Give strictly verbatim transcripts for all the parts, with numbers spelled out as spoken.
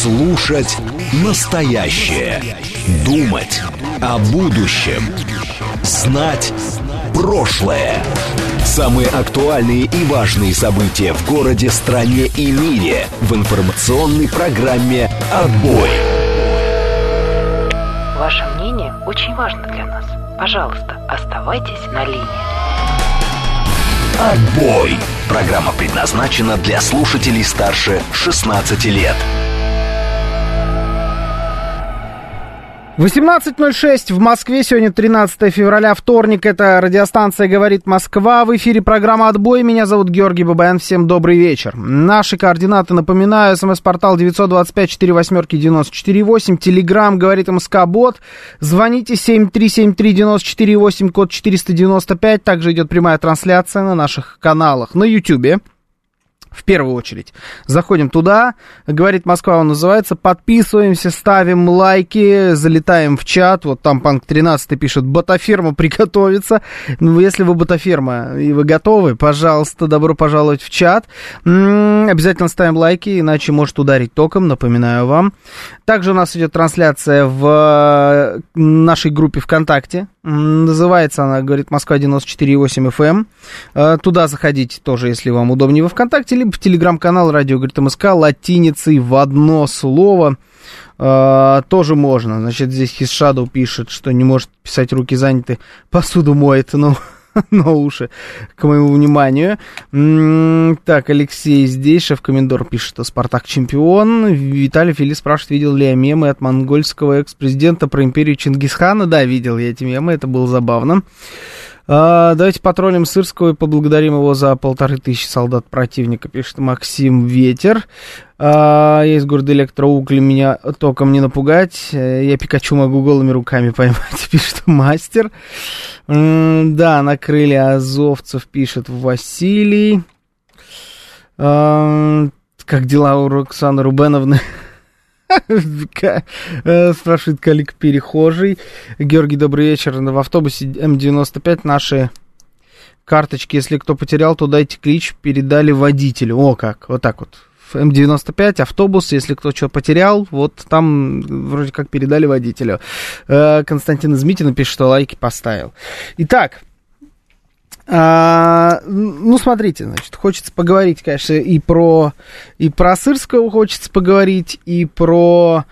Слушать настоящее. Думать о будущем. Знать прошлое. Самые актуальные и важные события в городе, стране и мире в информационной программе «Отбой». Ваше мнение очень важно для нас. Пожалуйста, оставайтесь на линии. «Отбой». Программа предназначена для слушателей старше шестнадцати лет. восемнадцать ноль шесть в Москве, сегодня тринадцатое февраля, вторник, это радиостанция «Говорит Москва», в эфире программа «Отбой», меня зовут Георгий Бабаян, всем добрый вечер. Наши координаты, напоминаю, смс-портал девять два пять четыре восемь девяносто четыре восемь, телеграм «Говорит МСК-бот», звоните семь три семь три девяносто четыре восемь, код четыреста девяносто пять, также идет прямая трансляция на наших каналах на Ютьюбе. В первую очередь. Заходим туда, «Говорит Москва» он называется, подписываемся, ставим лайки, залетаем в чат, вот там Панк тринадцать пишет: «Ботаферма приготовиться». Ну, если вы ботаферма и вы готовы, пожалуйста, добро пожаловать в чат. М-м, обязательно ставим лайки, иначе может ударить током, напоминаю вам. Также у нас идет трансляция в нашей группе ВКонтакте. Называется она «Говорит Москва» девяносто четыре восемь эф эм. Туда заходите тоже, если вам удобнее, во ВКонтакте, либо в телеграм-канал «Радио Говорит МСК» латиницей в одно слово. Тоже можно. Значит, здесь His Shadow пишет, что не может писать, руки заняты, посуду моет, но... но уши, к моему вниманию. Так, Алексей здесь, шеф-комендор пишет, что «Спартак чемпион». Виталий Фили спрашивает, видел ли я мемы от монгольского экс-президента про империю Чингисхана. Да, видел я эти мемы, это было забавно. А, давайте потроллим Сырского и поблагодарим его за полторы тысячи солдат противника, пишет Максим Ветер. А, я из города Электроугли, меня током не напугать. Я Пикачу могу голыми руками поймать, пишет Мастер. М, да, накрыли азовцев, пишет Василий. А, как дела у Роксаны Рубеновны? Спрашивает коллег перехожий. Георгий, добрый вечер. В автобусе эм девяносто пять наши карточки, если кто потерял, то дайте клич, передали водителю. О, как, вот так вот. эм девяносто пять, автобус, если кто что потерял, вот там вроде как передали водителю. Константин Измитин пишет, что лайки поставил. Итак, А, ну, смотрите, значит, хочется поговорить, конечно, и про, и про Сырского хочется поговорить, и про,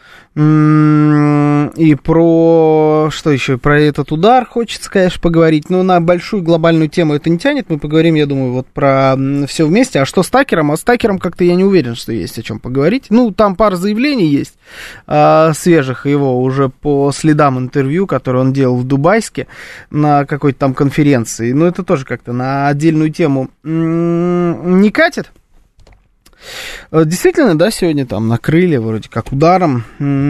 и про, что еще, про этот удар хочется, конечно, поговорить, но на большую глобальную тему это не тянет, мы поговорим, я думаю, вот про все вместе. А что с Такером? А с Такером как-то я не уверен, что есть о чем поговорить. Ну, там пара заявлений есть, а, свежих его уже по следам интервью, которые он делал в Дубайске на какой-то там конференции, но это тоже как-то на отдельную тему не катит. Действительно, да, сегодня там накрыли вроде как ударом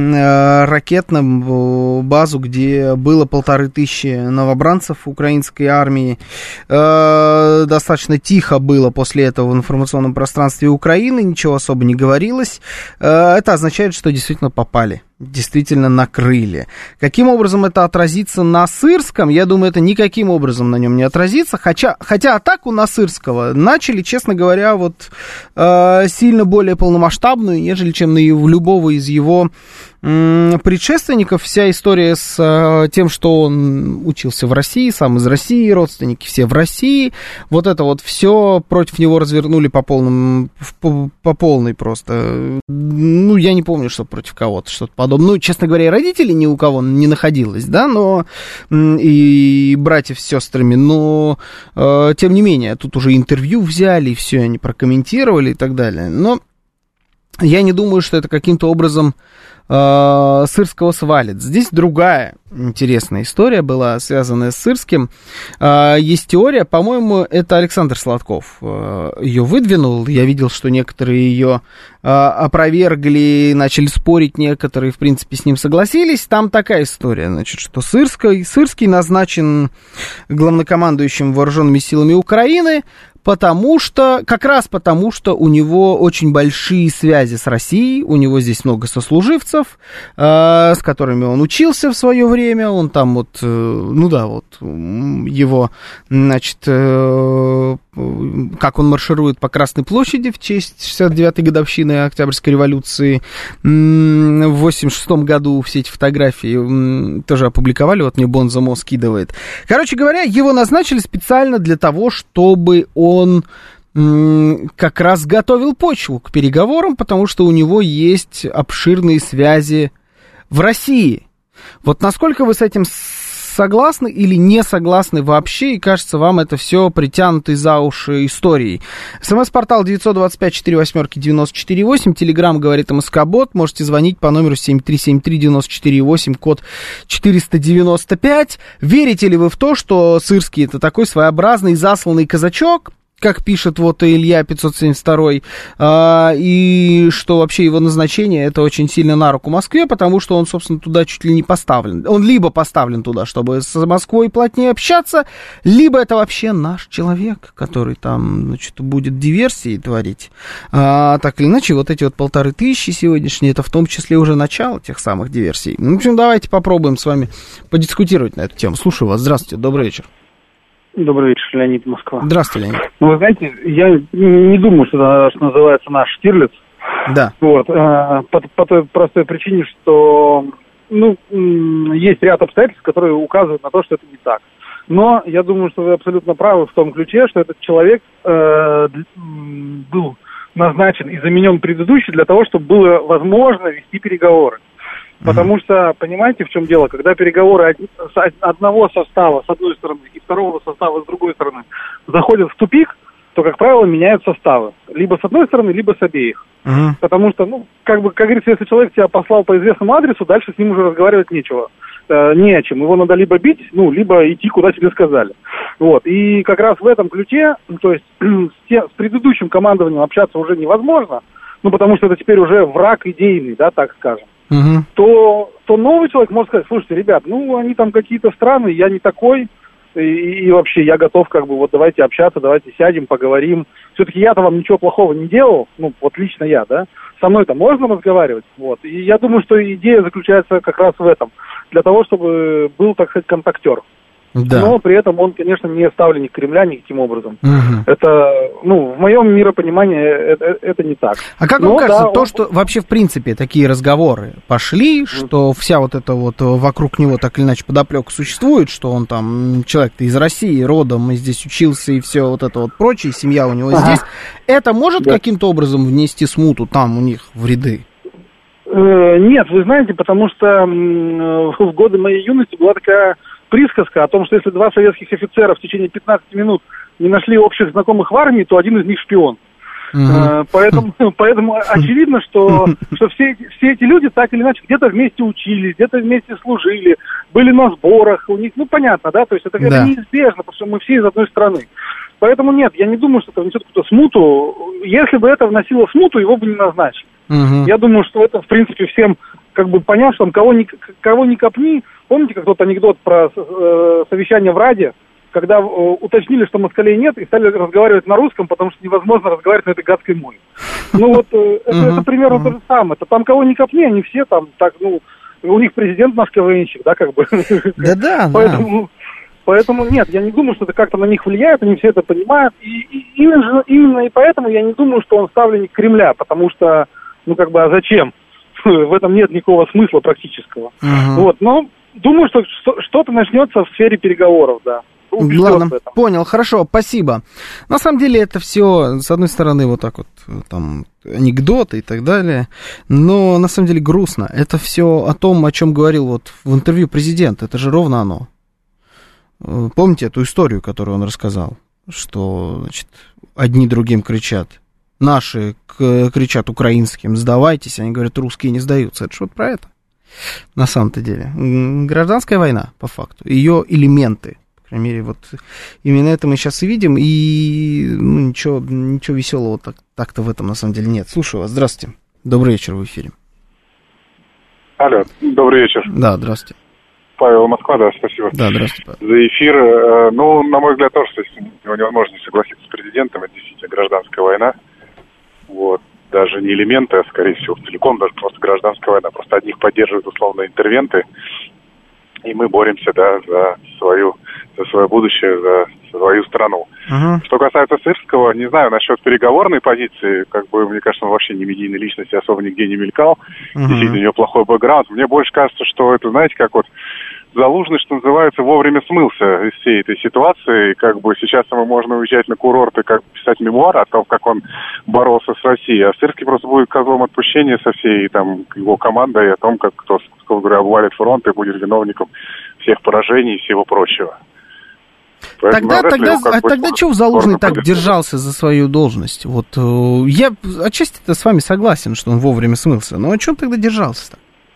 ракетным базу, где было полторы тысячи новобранцев украинской армии. Достаточно тихо было после этого в информационном пространстве Украины, ничего особо не говорилось. Это означает, что действительно попали. Действительно накрыли. Каким образом это отразится на Сырском? Я думаю, это никаким образом на нем не отразится. Хотя, хотя атаку на Сырского начали, честно говоря, вот э, сильно более полномасштабную, нежели чем на его, любого из его э, предшественников. Вся история с э, тем, что он учился в России, сам из России, родственники все в России. Вот это вот все против него развернули по полному, по, по полной просто. Ну, я не помню, что против кого-то, что-то подобное. Ну, честно говоря, и родителей ни у кого не находилось, да, но и братьев с сестрами, но э, тем не менее, тут уже интервью взяли, и все они прокомментировали и так далее. Но я не думаю, что это каким-то образом э, Сырского свалит. Здесь другая интересная история была, связанная с Сырским. Э, есть теория, по-моему, это Александр Сладков э, ее выдвинул. Я видел, что некоторые ее э, опровергли, начали спорить, некоторые, в принципе, с ним согласились. Там такая история, значит, что Сырский, Сырский назначен главнокомандующим вооруженными силами Украины, потому что, как раз потому, что у него очень большие связи с Россией, у него здесь много сослуживцев, французов, э, с которыми он учился в свое время. Он там вот, э, ну да, вот его, значит, э, как он марширует по Красной площади в честь шестьдесят девятой годовщины Октябрьской революции. В восемьдесят шестом году все эти фотографии тоже опубликовали, вот мне Бонзамо скидывает. Короче говоря, его назначили специально для того, чтобы он как раз готовил почву к переговорам, потому что у него есть обширные связи в России. Вот насколько вы с этим согласны или не согласны вообще, и кажется вам это все притянутой за уши историей? СМС-портал девять два пять четыре восемь девять четыре восемь, Телеграм говорит МСК-бот, можете звонить по номеру семь три семь три девять четыре восемь, код четыреста девяносто пять. Верите ли вы в то, что Сырский это такой своеобразный засланный казачок, как пишет вот Илья пятьсот семьдесят два, а, и что вообще его назначение это очень сильно на руку Москве, потому что он, собственно, туда чуть ли не поставлен. Он либо поставлен туда, чтобы с Москвой плотнее общаться, либо это вообще наш человек, который там, значит, будет диверсии творить. А, так или иначе, вот эти вот полторы тысячи сегодняшние, это в том числе уже начало тех самых диверсий. Ну, в общем, давайте попробуем с вами подискутировать на эту тему. Слушаю вас. Здравствуйте, добрый вечер. Добрый вечер, Леонид, Москва. Здравствуйте, Леонид. Ну, вы знаете, я не думаю, что это, что называется, наш Штирлиц. Да. Вот, по, по той простой причине, что, ну, есть ряд обстоятельств, которые указывают на то, что это не так. Но я думаю, что вы абсолютно правы в том ключе, что этот человек э, был назначен и заменен предыдущий для того, чтобы было возможно вести переговоры. Потому mm-hmm. что, понимаете, в чем дело, когда переговоры одного состава с одной стороны и второго состава с другой стороны заходят в тупик, то, как правило, меняют составы. Либо с одной стороны, либо с обеих. Mm-hmm. Потому что, ну, как бы, как говорится, если человек тебя послал по известному адресу, дальше с ним уже разговаривать нечего. Э, не о чем. Его надо либо бить, ну, либо идти, куда тебе сказали. Вот. И как раз в этом ключе, то есть с, те, с предыдущим командованием общаться уже невозможно, ну, потому что это теперь уже враг идейный, да, так скажем. Uh-huh. то, то новый человек может сказать: слушайте, ребят, ну, они там какие-то странные, я не такой, и, и вообще я готов, как бы, вот давайте общаться, давайте сядем, поговорим. Все-таки я-то вам ничего плохого не делал, ну, вот лично я, да, со мной-то можно разговаривать, вот. И я думаю, что идея заключается как раз в этом, для того, чтобы был, так сказать, контактер. Да. Но при этом он, конечно, не ставленник Кремля никаким образом. Угу. Это, ну, в моем миропонимании это, это не так. А как вам кажется, да, то, он... что вообще, в принципе, такие разговоры пошли, что вся вот эта вот вокруг него так или иначе подоплека существует, что он там человек-то из России, родом, и здесь учился, и все вот это вот прочее, семья у него ага. здесь, это может да. каким-то образом внести смуту там у них в ряды? Нет, вы знаете, потому что в годы моей юности была такая присказка о том, что если два советских офицера в течение пятнадцати минут не нашли общих знакомых в армии, то один из них шпион. Uh-huh. Поэтому, поэтому очевидно, что, что все, эти, все эти люди так или иначе где-то вместе учились, где-то вместе служили, были на сборах, у них, ну понятно, да, то есть это, да. это неизбежно, потому что мы все из одной страны. Поэтому нет, я не думаю, что это внесет какую-то смуту. Если бы это вносило смуту, его бы не назначили. Uh-huh. Я думаю, что это, в принципе, всем как бы понятно, что там кого ни, кого ни копни. Помните, как тот анекдот про э, совещание в Раде, когда э, уточнили, что москалей нет, и стали разговаривать на русском, потому что невозможно разговаривать на этой гадской мове. Ну вот, э, это, uh-huh. это примерно uh-huh. то же самое. Это там кого ни копни, они все там так, ну, у них президент наш КВНщик, да, как бы. Да-да, Поэтому... Поэтому нет, я не думаю, что это как-то на них влияет, они все это понимают. И, и именно, именно и поэтому я не думаю, что он ставленник Кремля, потому что, ну как бы, а зачем? В этом нет никакого смысла практического. Uh-huh. Вот, но думаю, что что-то начнется в сфере переговоров, да. Ладно, понял, хорошо, спасибо. На самом деле это все, с одной стороны, вот так вот, там, анекдоты и так далее, но на самом деле грустно. Это все о том, о чем говорил вот в интервью президент, это же ровно оно. Помните эту историю, которую он рассказал, что, значит, одни другим кричат, наши кричат украинским, сдавайтесь, они говорят, русские не сдаются. Это же вот про это, на самом-то деле. Гражданская война, по факту, ее элементы, по крайней мере, вот именно это мы сейчас и видим, и ну, ничего, ничего веселого так, так-то в этом, на самом деле, нет. Слушаю вас, здравствуйте, добрый вечер, в эфире. Алло, добрый вечер. Да, здравствуйте. Павел, Москва, да, спасибо. Да, здравствуйте, Павел. За эфир. Ну, на мой взгляд, тоже, то есть, невозможно не согласиться с президентом, это действительно гражданская война. Вот. даже не элементы, а, скорее всего, целиком даже просто гражданская война. Просто одних поддерживают, условно, интервенты, и мы боремся, да, за свою, за свое будущее, за свою страну. Uh-huh. Что касается Сырского, не знаю, насчет переговорной позиции, как бы, мне кажется, он вообще не медийной личности, особо нигде не мелькал. Uh-huh. Действительно, у него плохой бэкграунд. Мне больше кажется, что это, знаете, как вот Залужный, что называется, вовремя смылся из всей этой ситуации. Как бы сейчас ему можно уезжать на курорты, как писать мемуары о том, как он боролся с Россией. А Сырский просто будет козлом отпущения со всей там его командой о том, как кто, кто говоря, обвалит фронт и будет виновником всех поражений и всего прочего. Поэтому тогда тогда, а тогда чего Залужный так будет держался за свою должность? Вот я отчасти-то с вами согласен, что он вовремя смылся. Но о чем тогда держался-то?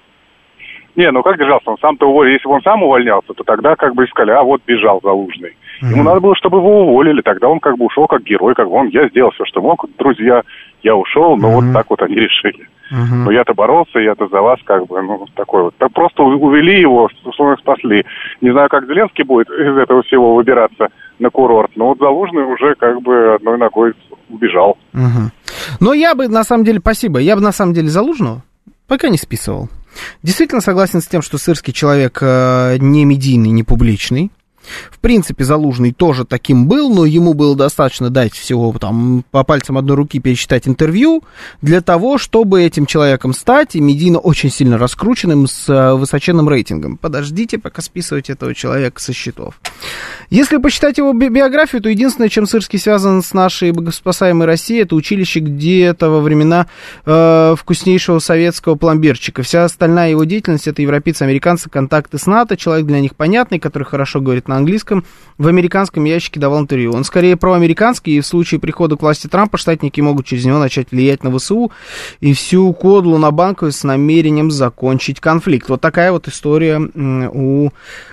Не, ну как держался? Он сам-то уволил. Если бы он сам увольнялся, то тогда как бы искали, а вот бежал Залужный. Mm-hmm. Ему надо было, чтобы его уволили. Тогда он как бы ушел как герой, как бы он, я сделал все, что мог. Друзья, я ушел, но mm-hmm. вот так вот они решили. Mm-hmm. Но я-то боролся, я-то за вас как бы, ну, такой вот. Так просто увели его, условно спасли. Не знаю, как Зеленский будет из этого всего выбираться на курорт, но вот Залужный уже как бы одной ногой убежал. Mm-hmm. Но я бы, на самом деле, спасибо, я бы на самом деле Залужного пока не списывал. Действительно согласен с тем, что Сырский человек э, не медийный, не публичный. В принципе, Залужный тоже таким был, но ему было достаточно дать всего там по пальцам одной руки пересчитать интервью для того, чтобы этим человеком стать и медийно очень сильно раскрученным с высоченным рейтингом. Подождите, пока списывать этого человека со счетов. Если посчитать его би- биографию, то единственное, чем Сырский связан с нашей богоспасаемой Россией, это училище где-то во времена э, вкуснейшего советского пломбирчика. Вся остальная его деятельность — это европейцы, американцы, контакты с НАТО, человек для них понятный, который хорошо говорит на английском, в американском ящике давал интервью. Он скорее проамериканский, и в случае прихода к власти Трампа штатники могут через него начать влиять на ВСУ и всю кодлу на Банковой с намерением закончить конфликт. Вот такая вот история у...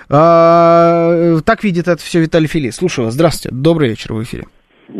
А, так видит это все Виталий Филипп. Слушаю вас. Здравствуйте. Добрый вечер, в эфире.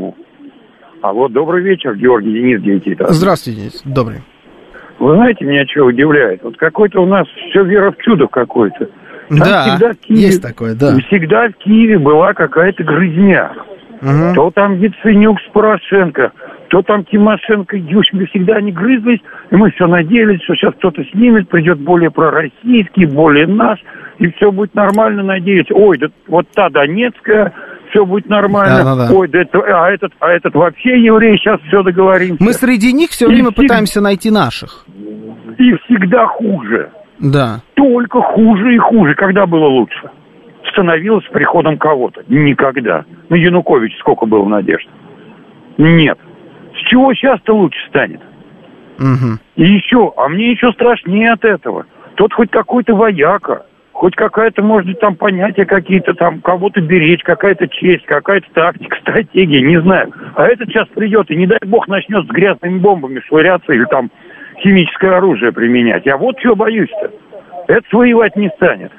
Алло, добрый вечер, Георгий, Денис Гентит. Здравствуйте, Денис. Добрый. Вы знаете, меня что удивляет? Вот какой-то у нас все вера в чудо какой-то. Там да, всегда в Киеве, есть такое, да. Всегда в Киеве была какая-то грызня. Угу. То там Яценюк с Порошенко, то там Тимошенко, Ющенко. Всегда они грызлись, и мы все надеялись, что сейчас кто-то снимет, придет более пророссийский, более наш, и все будет нормально, надеюсь. Ой, да вот та Донецкая, все будет нормально. Да, да, да. Ой, да это, а, этот, а этот вообще еврей, сейчас все договоримся. Мы среди них все время всег... пытаемся найти наших. И всегда хуже. Да. Только хуже и хуже. Когда было лучше? Становилось с приходом кого-то. Никогда. Ну, Янукович сколько было надежд? Нет. С чего сейчас-то лучше станет? Угу. И еще, а мне еще страшнее от этого. Тот хоть какой-то вояка, хоть какая-то, может быть, там понятия какие-то, там кого-то беречь, какая-то честь, какая-то тактика, стратегия, не знаю. А этот сейчас придет и, не дай бог, начнет с грязными бомбами швыряться или там химическое оружие применять. Я вот чего боюсь-то. Это воевать не станет.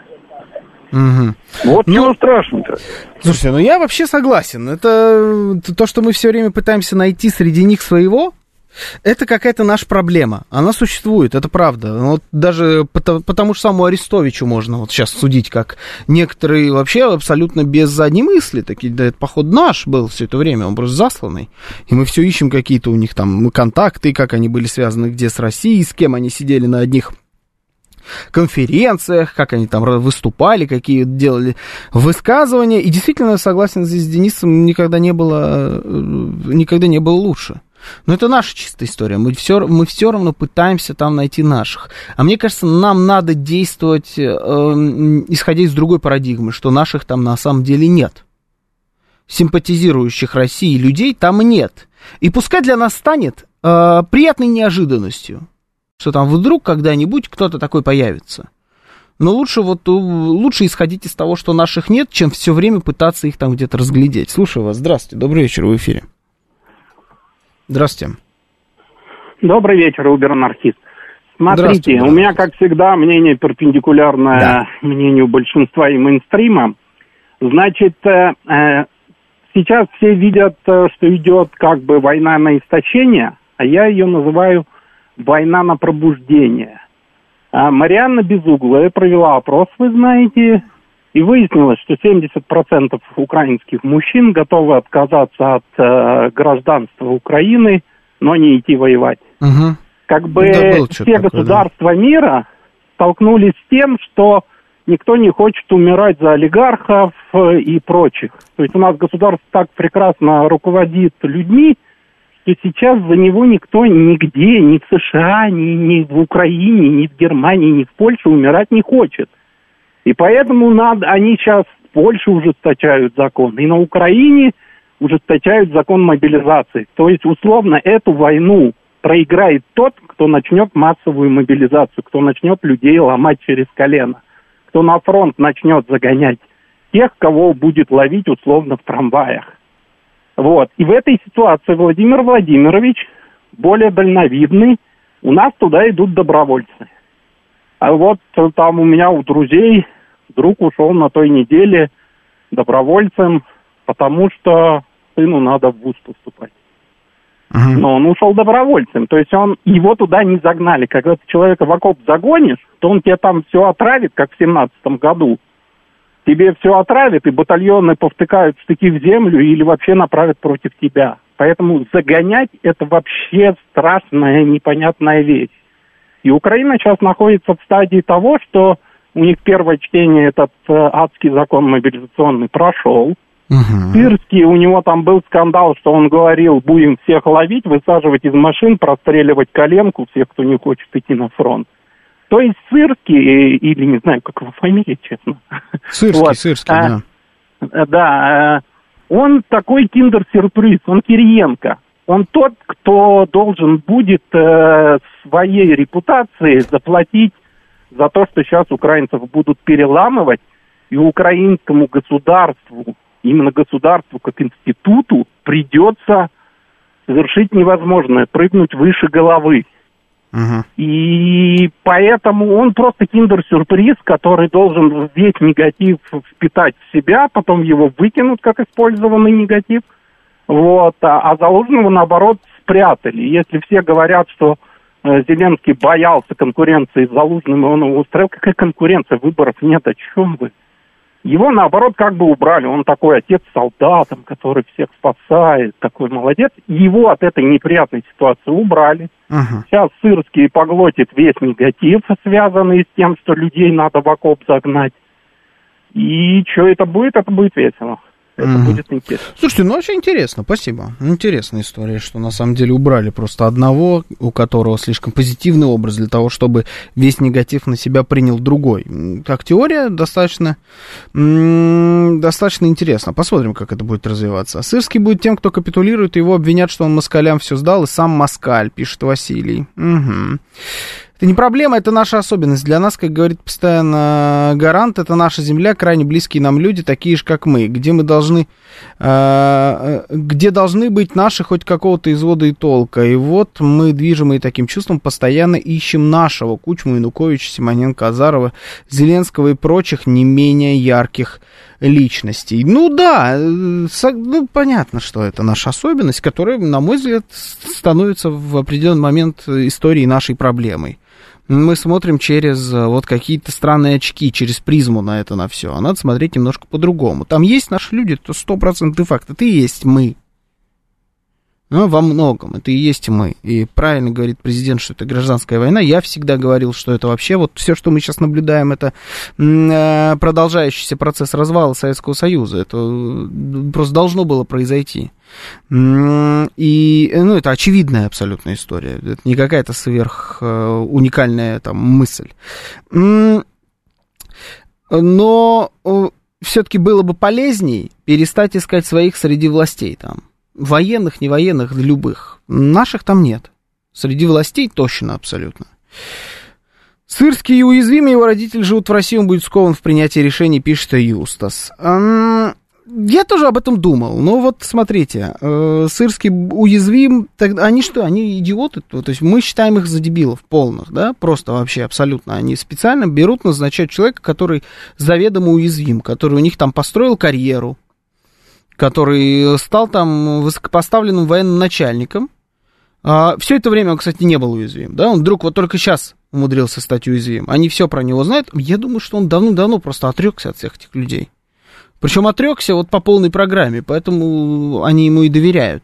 Угу. Вот ну, чего страшно-то. Слушайте, ну я вообще согласен. Это то, что мы все время пытаемся найти среди них своего, это какая-то наша проблема. Она существует, это правда. Вот даже по, по тому же самому Арестовичу можно вот сейчас судить, как некоторые вообще абсолютно без задней мысли. Такие, да, это, походу, наш был все это время, он просто засланный. И мы все ищем какие-то у них там контакты, как они были связаны где с Россией, с кем они сидели на одних конференциях, как они там выступали, какие делали высказывания. И действительно, согласен здесь с Денисом, никогда не было, никогда не было лучше. Но это наша чистая история. Мы все, мы все равно пытаемся там найти наших. А мне кажется, нам надо действовать, э, исходя из другой парадигмы, что наших там на самом деле нет. Симпатизирующих России людей там нет. И пускай для нас станет э, приятной неожиданностью, что там вдруг когда-нибудь кто-то такой появится. Но лучше, вот, лучше исходить из того, что наших нет, чем все время пытаться их там где-то разглядеть. Слушаю вас. Здравствуйте. Добрый вечер, в эфире. Здравствуйте. Добрый вечер, убер-анархист. Смотрите, у меня, как всегда, мнение перпендикулярное да. мнению большинства и мейнстрима. Значит, э, сейчас все видят, что идет как бы война на истощение, а я ее называю война на пробуждение. А Марианна Безуглая провела опрос, вы знаете, и выяснилось, что семьдесят процентов украинских мужчин готовы отказаться от э, гражданства Украины но не идти воевать. Угу. Как бы ну, да, все такое, государства да. мира столкнулись с тем, что никто не хочет умирать за олигархов и прочих. То есть у нас государство так прекрасно руководит людьми, что сейчас за него никто нигде, ни в США, ни, ни в Украине, ни в Германии, ни в Польше умирать не хочет. И поэтому надо, они сейчас в Польше ужесточают закон, и на Украине ужесточают закон мобилизации. То есть, условно, эту войну проиграет тот, кто начнет массовую мобилизацию, кто начнет людей ломать через колено, кто на фронт начнет загонять тех, кого будет ловить условно в трамваях. Вот. И в этой ситуации Владимир Владимирович более дальновидный. У нас туда идут добровольцы. А вот там у меня у друзей друг ушел на той неделе добровольцем, потому что сыну надо в вуз поступать. Uh-huh. Но он ушел добровольцем. То есть он, его туда не загнали. Когда ты человека в окоп загонишь, то он тебе там все отравит, как в семнадцатом году. Тебе все отравит, и батальоны повтыкают штыки в землю или вообще направят против тебя. Поэтому загонять – это вообще страшная, непонятная вещь. И Украина сейчас находится в стадии того, что у них первое чтение этот э, адский закон мобилизационный прошел. Uh-huh. Сырский, у него там был скандал, что он говорил, будем всех ловить, высаживать из машин, простреливать коленку всех, кто не хочет идти на фронт. То есть Сырский, или не знаю, как его фамилия, честно. Сырский, вот. Сырский, а, да. Да, он такой киндер-сюрприз, он Кириенко. Он тот, кто должен будет э, своей репутацией заплатить за то, что сейчас украинцев будут переламывать, и украинскому государству, именно государству как институту, придется совершить невозможное, прыгнуть выше головы. Uh-huh. И поэтому он просто киндер-сюрприз, который должен весь негатив впитать в себя, потом его выкинут как использованный негатив. Вот. А, а Залужного, наоборот, спрятали. Если все говорят, что э, Зеленский боялся конкуренции с Залужным, и он его устроил, какая конкуренция? Выборов нет, о чем вы? Его, наоборот, как бы убрали. Он такой отец солдатам, который всех спасает, такой молодец. Его от этой неприятной ситуации убрали. Uh-huh. Сейчас Сырский поглотит весь негатив, связанный с тем, что людей надо в окоп загнать. И что это будет? Это будет весело. Это mm-hmm. будет интересно. Слушайте, ну очень интересно, спасибо. Интересная история, что на самом деле убрали просто одного, у которого слишком позитивный образ для того, чтобы весь негатив на себя принял другой. Как теория достаточно, м- достаточно интересно. Посмотрим, как это будет развиваться. Сырский будет тем, кто капитулирует, и его обвинят, что он москалям все сдал, и сам москаль, пишет Василий. Угу. Это не проблема, это наша особенность. Для нас, как говорит постоянно Гарант, это наша земля, крайне близкие нам люди, такие же, как мы, где мы должны, э, где должны быть наши хоть какого-то извода и толка. И вот мы, движимые таким чувством, постоянно ищем нашего Кучму, Януковича, Симоненко, Азарова, Зеленского и прочих не менее ярких личностей. Ну да, ну, понятно, что это наша особенность, которая, на мой взгляд, становится в определенный момент истории нашей проблемой. Мы смотрим через вот какие-то странные очки, через призму на это, на все. А надо смотреть немножко по-другому. Там есть наши люди, то сто процентов факт. Это и есть мы. Ну, во многом. Это и есть мы. И правильно говорит президент, что это гражданская война. Я всегда говорил, что это вообще вот все, что мы сейчас наблюдаем, это продолжающийся процесс развала Советского Союза. Это просто должно было произойти. И, ну, это очевидная абсолютная история. Это не какая-то сверх уникальная там мысль. Но все-таки было бы полезней перестать искать своих среди властей там. Военных, не военных, любых. Наших там нет. Среди властей точно, абсолютно. Сырский и уязвимый, его родители живут в России, он будет скован в принятии решений, пишет Юстас. Я тоже об этом думал. Но вот смотрите, Сырский уязвим, они что, они идиоты? То есть мы считаем их за дебилов полных, да, просто вообще абсолютно. Они специально берут, назначают человека, который заведомо уязвим, который у них там построил карьеру, который стал там высокопоставленным военным начальником. А, все это время он, кстати, не был уязвим, да, он вдруг вот только сейчас умудрился стать уязвим. Они все про него знают. Я думаю, что он давно-давно просто отрекся от всех этих людей. Причем отрекся вот по полной программе, поэтому они ему и доверяют.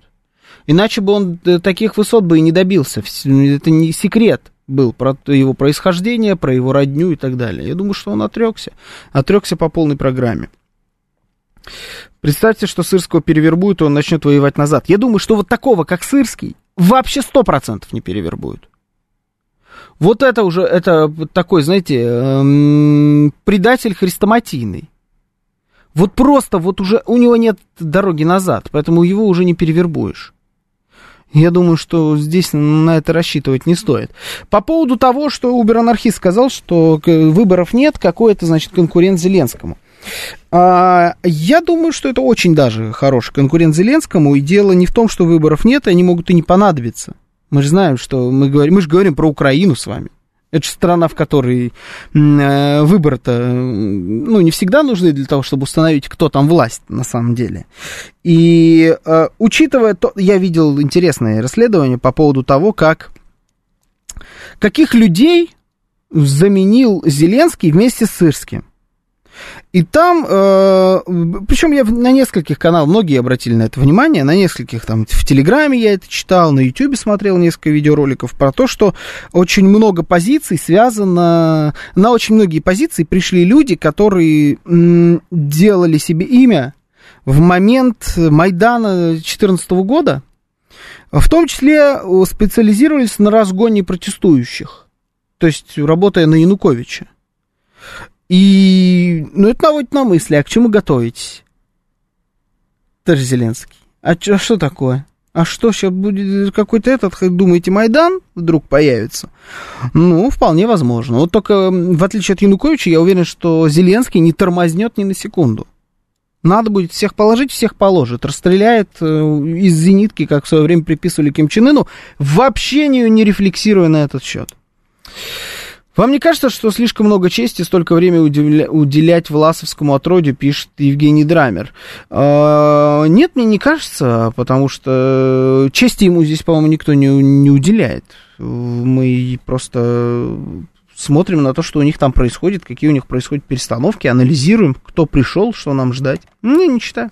Иначе бы он таких высот бы и не добился. Это не секрет был про его происхождение, про его родню и так далее. Я думаю, что он отрекся. Отрекся по полной программе. Представьте, что Сырского перевербуют, и он начнет воевать назад. Я думаю, что вот такого, как Сырский, вообще сто процентов не перевербуют. Вот это уже, это такой, знаете, эм, предатель хрестоматийный. Вот просто, вот уже у него нет дороги назад, поэтому его уже не перевербуешь. Я думаю, что здесь на это рассчитывать не стоит. По поводу того, что Убер-анархист сказал, что выборов нет, какой это, значит, конкурент Зеленскому. А, я думаю, что это очень даже хороший конкурент Зеленскому, и дело не в том, что выборов нет, и они могут и не понадобиться. Мы же знаем, что мы говорим, мы же говорим про Украину с вами. Это же страна, в которой э, выборы-то, ну, не всегда нужны для того, чтобы установить, кто там власть на самом деле. И э, учитывая то, я видел интересное расследование по поводу того, как, каких людей заменил Зеленский вместе с Сырским. И там, э, причем я на нескольких каналах, многие обратили на это внимание, на нескольких, там, в Телеграме я это читал, на Ютубе смотрел несколько видеороликов про то, что очень много позиций связано, на очень многие позиции пришли люди, которые м, делали себе имя в момент Майдана две тысячи четырнадцатого года, в том числе специализировались на разгоне протестующих, то есть работая на Януковича. И, ну, это наводит на мысли, а к чему готовитесь, товарищ Зеленский? А, ч- а что такое? А что, сейчас будет какой-то этот, думаете, Майдан вдруг появится? Ну, вполне возможно. Вот только, в отличие от Януковича, я уверен, что Зеленский не тормознет ни на секунду. Надо будет всех положить, всех положит. Расстреляет э, из зенитки, как в свое время приписывали Ким Чен Ыну, вообще не, не рефлексируя на этот счет. Вам не кажется, что слишком много чести столько времени уделя- уделять власовскому отродью, пишет Евгений Драмер? А, нет, мне не кажется, потому что чести ему здесь, по-моему, никто не, не уделяет. Мы просто смотрим на то, что у них там происходит, какие у них происходят перестановки, анализируем, кто пришел, что нам ждать. Не, не читаю.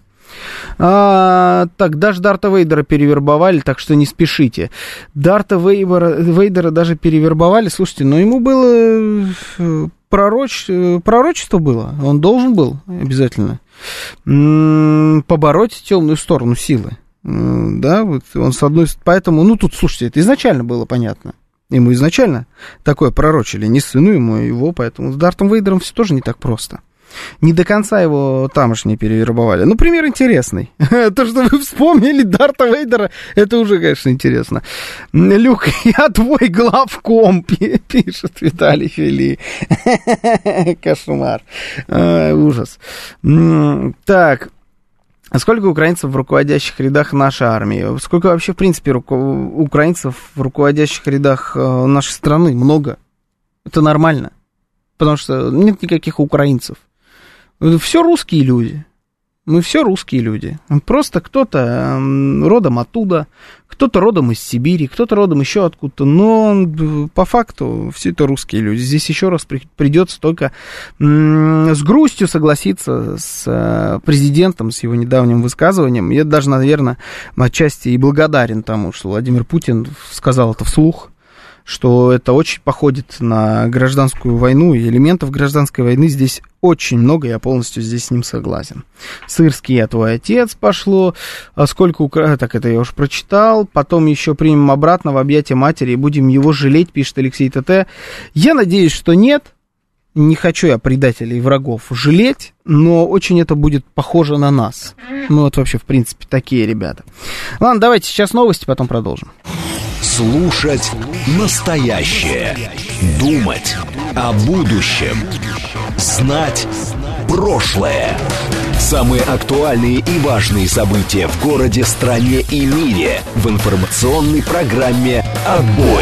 А, так, даже Дарта Вейдера перевербовали, так что не спешите. Дарта Вейдера, Вейдера даже перевербовали, слушайте, но ему было пророч, пророчество было, он должен был обязательно м-м, побороть темную сторону силы, м-м, да, вот он с одной, поэтому, ну тут, слушайте, это изначально было понятно, ему изначально такое пророчили, не сыну ему, его, поэтому с Дартом Вейдером все тоже не так просто. Не до конца его тамошние перевербовали. Ну, пример интересный. То, что вы вспомнили Дарта Вейдера, это уже, конечно, интересно. Люк, я твой главком, пишет Виталий Фили. Кошмар. Ужас. Так. А сколько украинцев в руководящих рядах нашей армии? Сколько вообще, в принципе, руко- украинцев в руководящих рядах нашей страны? Много. Это нормально. Потому что нет никаких украинцев. Все русские люди. Мы все русские люди. Просто кто-то родом оттуда, кто-то родом из Сибири, кто-то родом еще откуда-то. Но по факту все это русские люди. Здесь еще раз придется только с грустью согласиться с президентом, с его недавним высказыванием. Я даже, наверное, отчасти и благодарен тому, что Владимир Путин сказал это вслух, что это очень походит на гражданскую войну, и элементов гражданской войны здесь очень много, я полностью здесь с ним согласен. Сырский, я твой отец, пошло, а сколько укра... так это я уж прочитал, потом еще примем обратно в объятия матери и будем его жалеть, пишет Алексей ТТ. Я надеюсь, что нет, не хочу я предателей и врагов жалеть, но очень это будет похоже на нас. Мы вот вообще, в принципе, такие ребята. Ладно, давайте сейчас новости, потом продолжим. Слушать настоящее. Думать о будущем. Знать прошлое. Самые актуальные и важные события в городе, стране и мире в информационной программе «Отбой».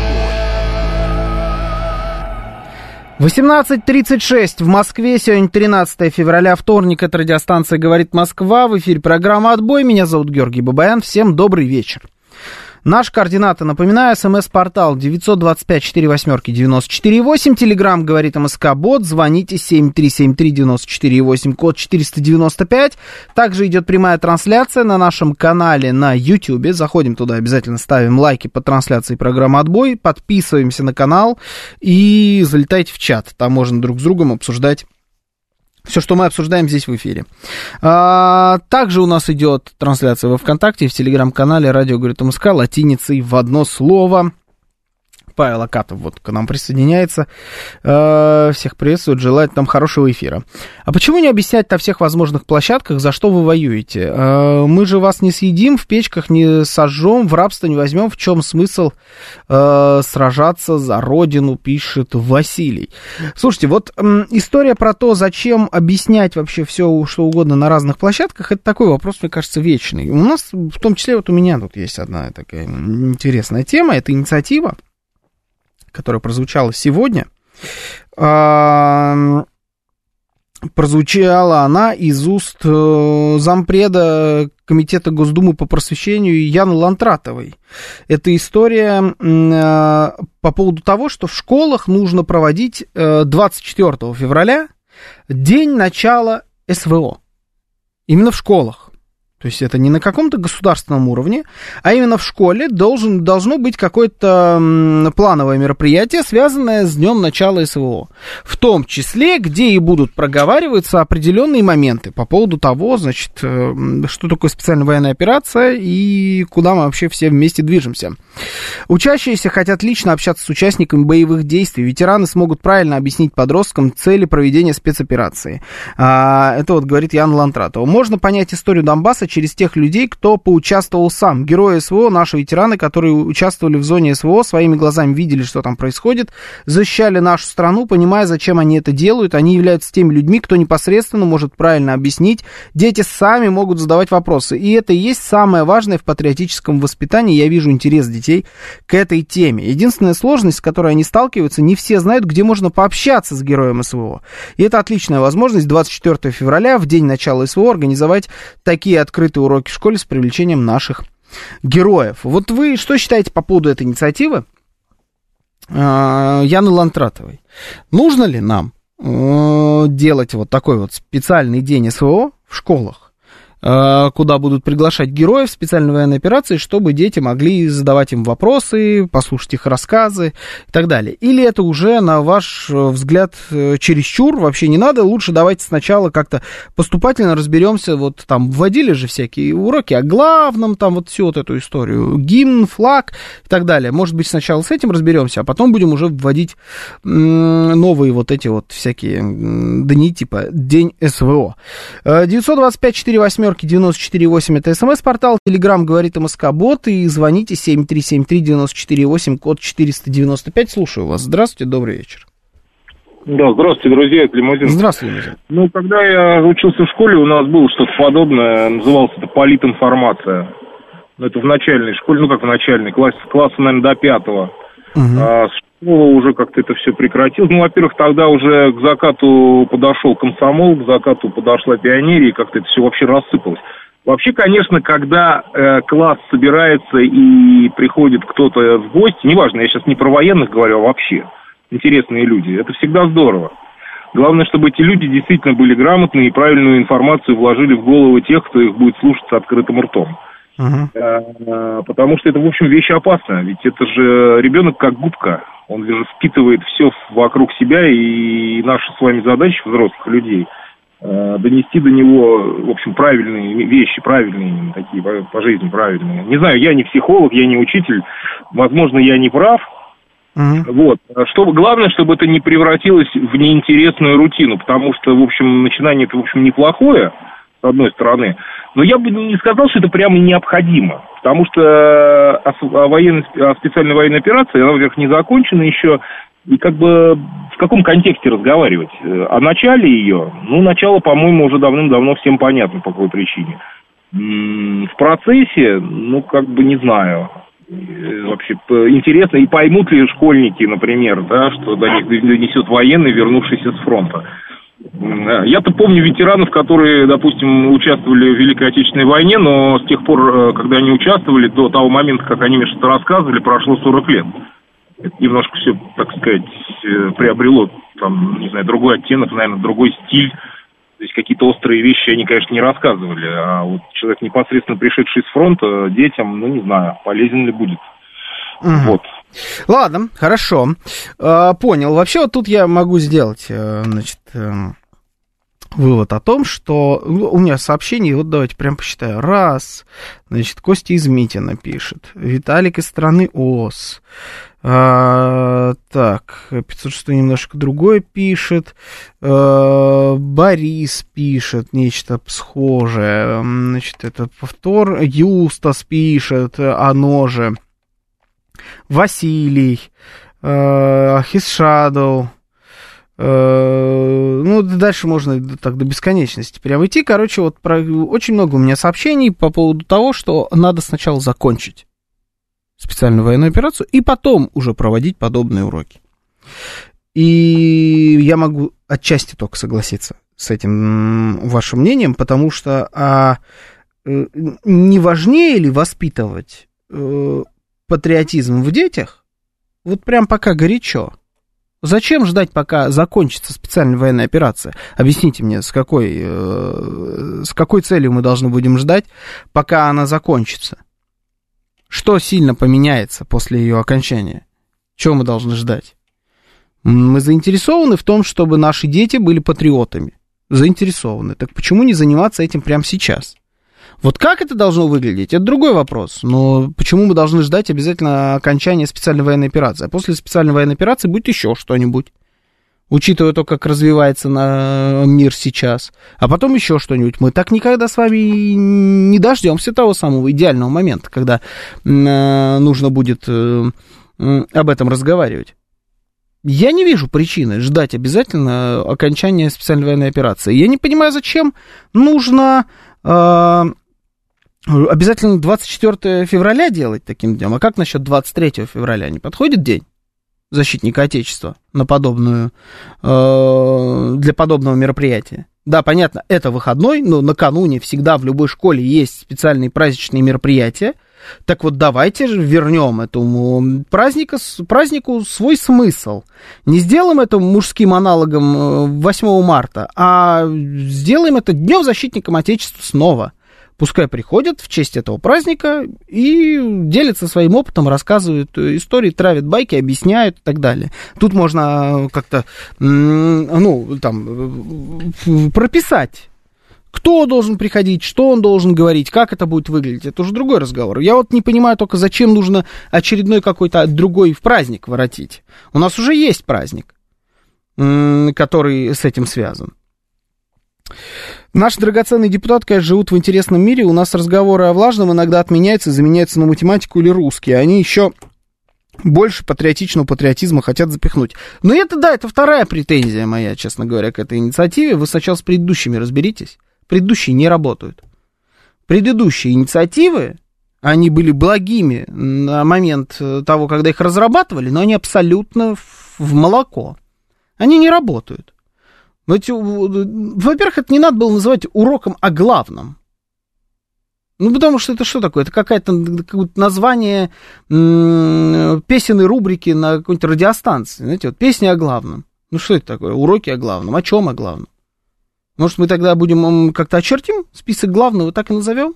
восемнадцать тридцать шесть в Москве, сегодня тринадцатое февраля, вторник, это радиостанция «Говорит Москва», в эфире программа «Отбой», меня зовут Георгий Бабаян, всем добрый вечер. Наши координаты, напоминаю, смс-портал девятьсот двадцать пять сорок восемь девяносто четыре восемь, телеграмм говорит МСК-бот, звоните семь три семь три девяносто четыре восемь, код четыреста девяносто пять. Также идет прямая трансляция на нашем канале на YouTube. Заходим туда, обязательно ставим лайки под трансляцией программы «Отбой», подписываемся на канал и залетайте в чат. Там можно друг с другом обсуждать все, что мы обсуждаем здесь в эфире. А, также у нас идет трансляция во ВКонтакте, в телеграм-канале «Радио говорит МСК» латиницей в одно слово. Павел Акатов вот к нам присоединяется. Э, всех приветствует, желает нам хорошего эфира. А почему не объяснять на всех возможных площадках, за что вы воюете? Э, мы же вас не съедим, в печках не сожжем, в рабство не возьмем. В чем смысл э, сражаться за родину, пишет Василий. Слушайте, вот э, история про то, зачем объяснять вообще все, что угодно на разных площадках, это такой вопрос, мне кажется, вечный. У нас, в том числе, вот у меня тут есть одна такая интересная тема, это инициатива, которая прозвучала сегодня, прозвучала она из уст зампреда Комитета Госдумы по просвещению Яны Лантратовой. Это история по поводу того, что в школах нужно проводить двадцать четвёртого февраля день начала СВО. Именно в школах. То есть это не на каком-то государственном уровне, а именно в школе должен, должно быть какое-то плановое мероприятие, связанное с днем начала СВО. В том числе, где и будут проговариваться определенные моменты по поводу того, значит, что такое специальная военная операция и куда мы вообще все вместе движемся. Учащиеся хотят лично общаться с участниками боевых действий. Ветераны смогут правильно объяснить подросткам цели проведения спецоперации. Это вот говорит Яна Лантратова. Можно понять историю Донбасса через тех людей, кто поучаствовал сам. Герои СВО, наши ветераны, которые участвовали в зоне СВО, своими глазами видели, что там происходит, защищали нашу страну, понимая, зачем они это делают. Они являются теми людьми, кто непосредственно может правильно объяснить. Дети сами могут задавать вопросы. И это и есть самое важное в патриотическом воспитании. Я вижу интерес детей к этой теме. Единственная сложность, с которой они сталкиваются, не все знают, где можно пообщаться с героем СВО. И это отличная возможность двадцать четвёртого февраля, в день начала СВО, организовать такие открытые уроки в школе с привлечением наших героев. Вот вы что считаете по поводу этой инициативы Яны Лантратовой? Нужно ли нам делать вот такой вот специальный день СВО в школах, куда будут приглашать героев специальной военной операции, чтобы дети могли задавать им вопросы, послушать их рассказы и так далее? Или это уже, на ваш взгляд, чересчур, вообще не надо? Лучше давайте сначала как-то поступательно разберемся, вот там вводили же всякие уроки о главном, там вот всю вот эту историю, гимн, флаг и так далее. Может быть, сначала с этим разберемся, а потом будем уже вводить новые вот эти вот всякие дни, типа День СВО. девятьсот двадцать пять сорок восемь девяносто четыре восемь, это смс-портал, телеграмм говорит МСК-бот, и звоните семь три семь три девяносто четыре восемь, код четыреста девяносто пять. Слушаю вас. Здравствуйте, добрый вечер. Да, здравствуйте, друзья, это Лимузин. Здравствуйте, Лимузин. Ну, когда я учился в школе, у нас было что-то подобное, называлось это политинформация. Ну, это в начальной школе, ну, как в начальной, классе, класса, наверное, до пятого. Uh-huh. А, школа уже как-то это все прекратилось. Ну, во-первых, тогда уже к закату подошел комсомол, к закату подошла пионерия, и как-то это все вообще рассыпалось. Вообще, конечно, когда э, класс собирается и приходит кто-то в гости, неважно, я сейчас не про военных говорю, а вообще интересные люди, это всегда здорово. Главное, чтобы эти люди действительно были грамотные и правильную информацию вложили в головы тех, кто их будет слушать с открытым ртом. Uh-huh. Потому что это, в общем, вещь опасная. Ведь это же ребенок как губка. Он же впитывает все вокруг себя, и наша с вами задача, взрослых людей, донести до него, в общем, правильные вещи, правильные такие, по жизни правильные. Не знаю, я не психолог, я не учитель, возможно, я не прав. Uh-huh. Вот. Чтобы, главное, чтобы это не превратилось в неинтересную рутину, потому что, в общем, начинание это, в общем, неплохое, с одной стороны. Но я бы не сказал, что это прямо необходимо, потому что о, о, военной, о специальной военной операции, она, во-первых, не закончена еще, и как бы в каком контексте разговаривать? О начале ее, ну, начало, по-моему, уже давным-давно всем понятно, по какой причине. В процессе, ну, как бы не знаю, вообще интересно, и поймут ли школьники, например, да, что до них донесет военный, вернувшийся с фронта. Я-то помню ветеранов, которые, допустим, участвовали в Великой Отечественной войне, но с тех пор, когда они участвовали, до того момента, как они мне что-то рассказывали, прошло сорок лет. Это немножко все, так сказать, приобрело, там, не знаю, другой оттенок, наверное, другой стиль. То есть какие-то острые вещи они, конечно, не рассказывали. А вот человек, непосредственно пришедший с фронта, детям, ну, не знаю, полезен ли будет. Угу. Вот. Ладно, хорошо. А, понял. Вообще вот тут я могу сделать, значит, вывод о том, что у меня сообщение, вот давайте прям посчитаю. Раз, значит, Костя из Митина пишет. Виталик из страны ОС. А, так, пятьсот шесть немножко другое пишет. А, Борис пишет нечто схожее. Значит, это повтор. Юстас пишет, оно же. Василий, э, His Shadow, э, ну, дальше можно так до бесконечности прям идти. Короче, вот про, очень много у меня сообщений по поводу того, что надо сначала закончить специальную военную операцию и потом уже проводить подобные уроки. И я могу отчасти только согласиться с этим вашим мнением, потому что а, не важнее ли воспитывать патриотизм в детях, вот прям пока горячо. Зачем ждать, пока закончится специальная военная операция? Объясните мне, с какой, э, с какой целью мы должны будем ждать, пока она закончится? Что сильно поменяется после ее окончания? Чего мы должны ждать? Мы заинтересованы в том, чтобы наши дети были патриотами. Заинтересованы. Так почему не заниматься этим прямо сейчас? Вот как это должно выглядеть, это другой вопрос. Но почему мы должны ждать обязательно окончания специальной военной операции? А после специальной военной операции будет еще что-нибудь, учитывая то, как развивается на мир сейчас. А потом еще что-нибудь. Мы так никогда с вами не дождемся того самого идеального момента, когда э, нужно будет э, э, об этом разговаривать. Я не вижу причины ждать обязательно окончания специальной военной операции. Я не понимаю, зачем нужно... Э, обязательно двадцать четвёртого февраля делать таким днем. А как насчет двадцать третьего февраля? Не подходит день защитника Отечества на подобную, э, для подобного мероприятия? Да, понятно, это выходной, но накануне всегда в любой школе есть специальные праздничные мероприятия. Так вот, давайте же вернем этому празднику, празднику свой смысл. Не сделаем это мужским аналогом восьмого марта, а сделаем это Днем защитника Отечества снова. Пускай приходят в честь этого праздника и делятся своим опытом, рассказывают истории, травят байки, объясняют и так далее. Тут можно как-то, ну, там, прописать, кто должен приходить, что он должен говорить, как это будет выглядеть. Это уже другой разговор. Я вот не понимаю только, зачем нужно очередной какой-то другой праздник воротить. У нас уже есть праздник, который с этим связан. Наши драгоценные депутаты, конечно, живут в интересном мире. У нас разговоры о влажном иногда отменяются и заменяются на математику или русский. Они еще больше патриотичного патриотизма хотят запихнуть. Но это, да, это вторая претензия моя, честно говоря, к этой инициативе. Вы сначала с предыдущими разберитесь. Предыдущие не работают. Предыдущие инициативы, они были благими на момент того, когда их разрабатывали, но они абсолютно в молоко. Они не работают. Во-первых, это не надо было называть уроком о главном. Ну, потому что это что такое? Это какое-то, какое-то название м- песенной рубрики на какой-то радиостанции. Знаете, вот песня о главном. Ну, что это такое? Уроки о главном. О чем о главном? Может, мы тогда будем как-то очертим список главного, так и назовем?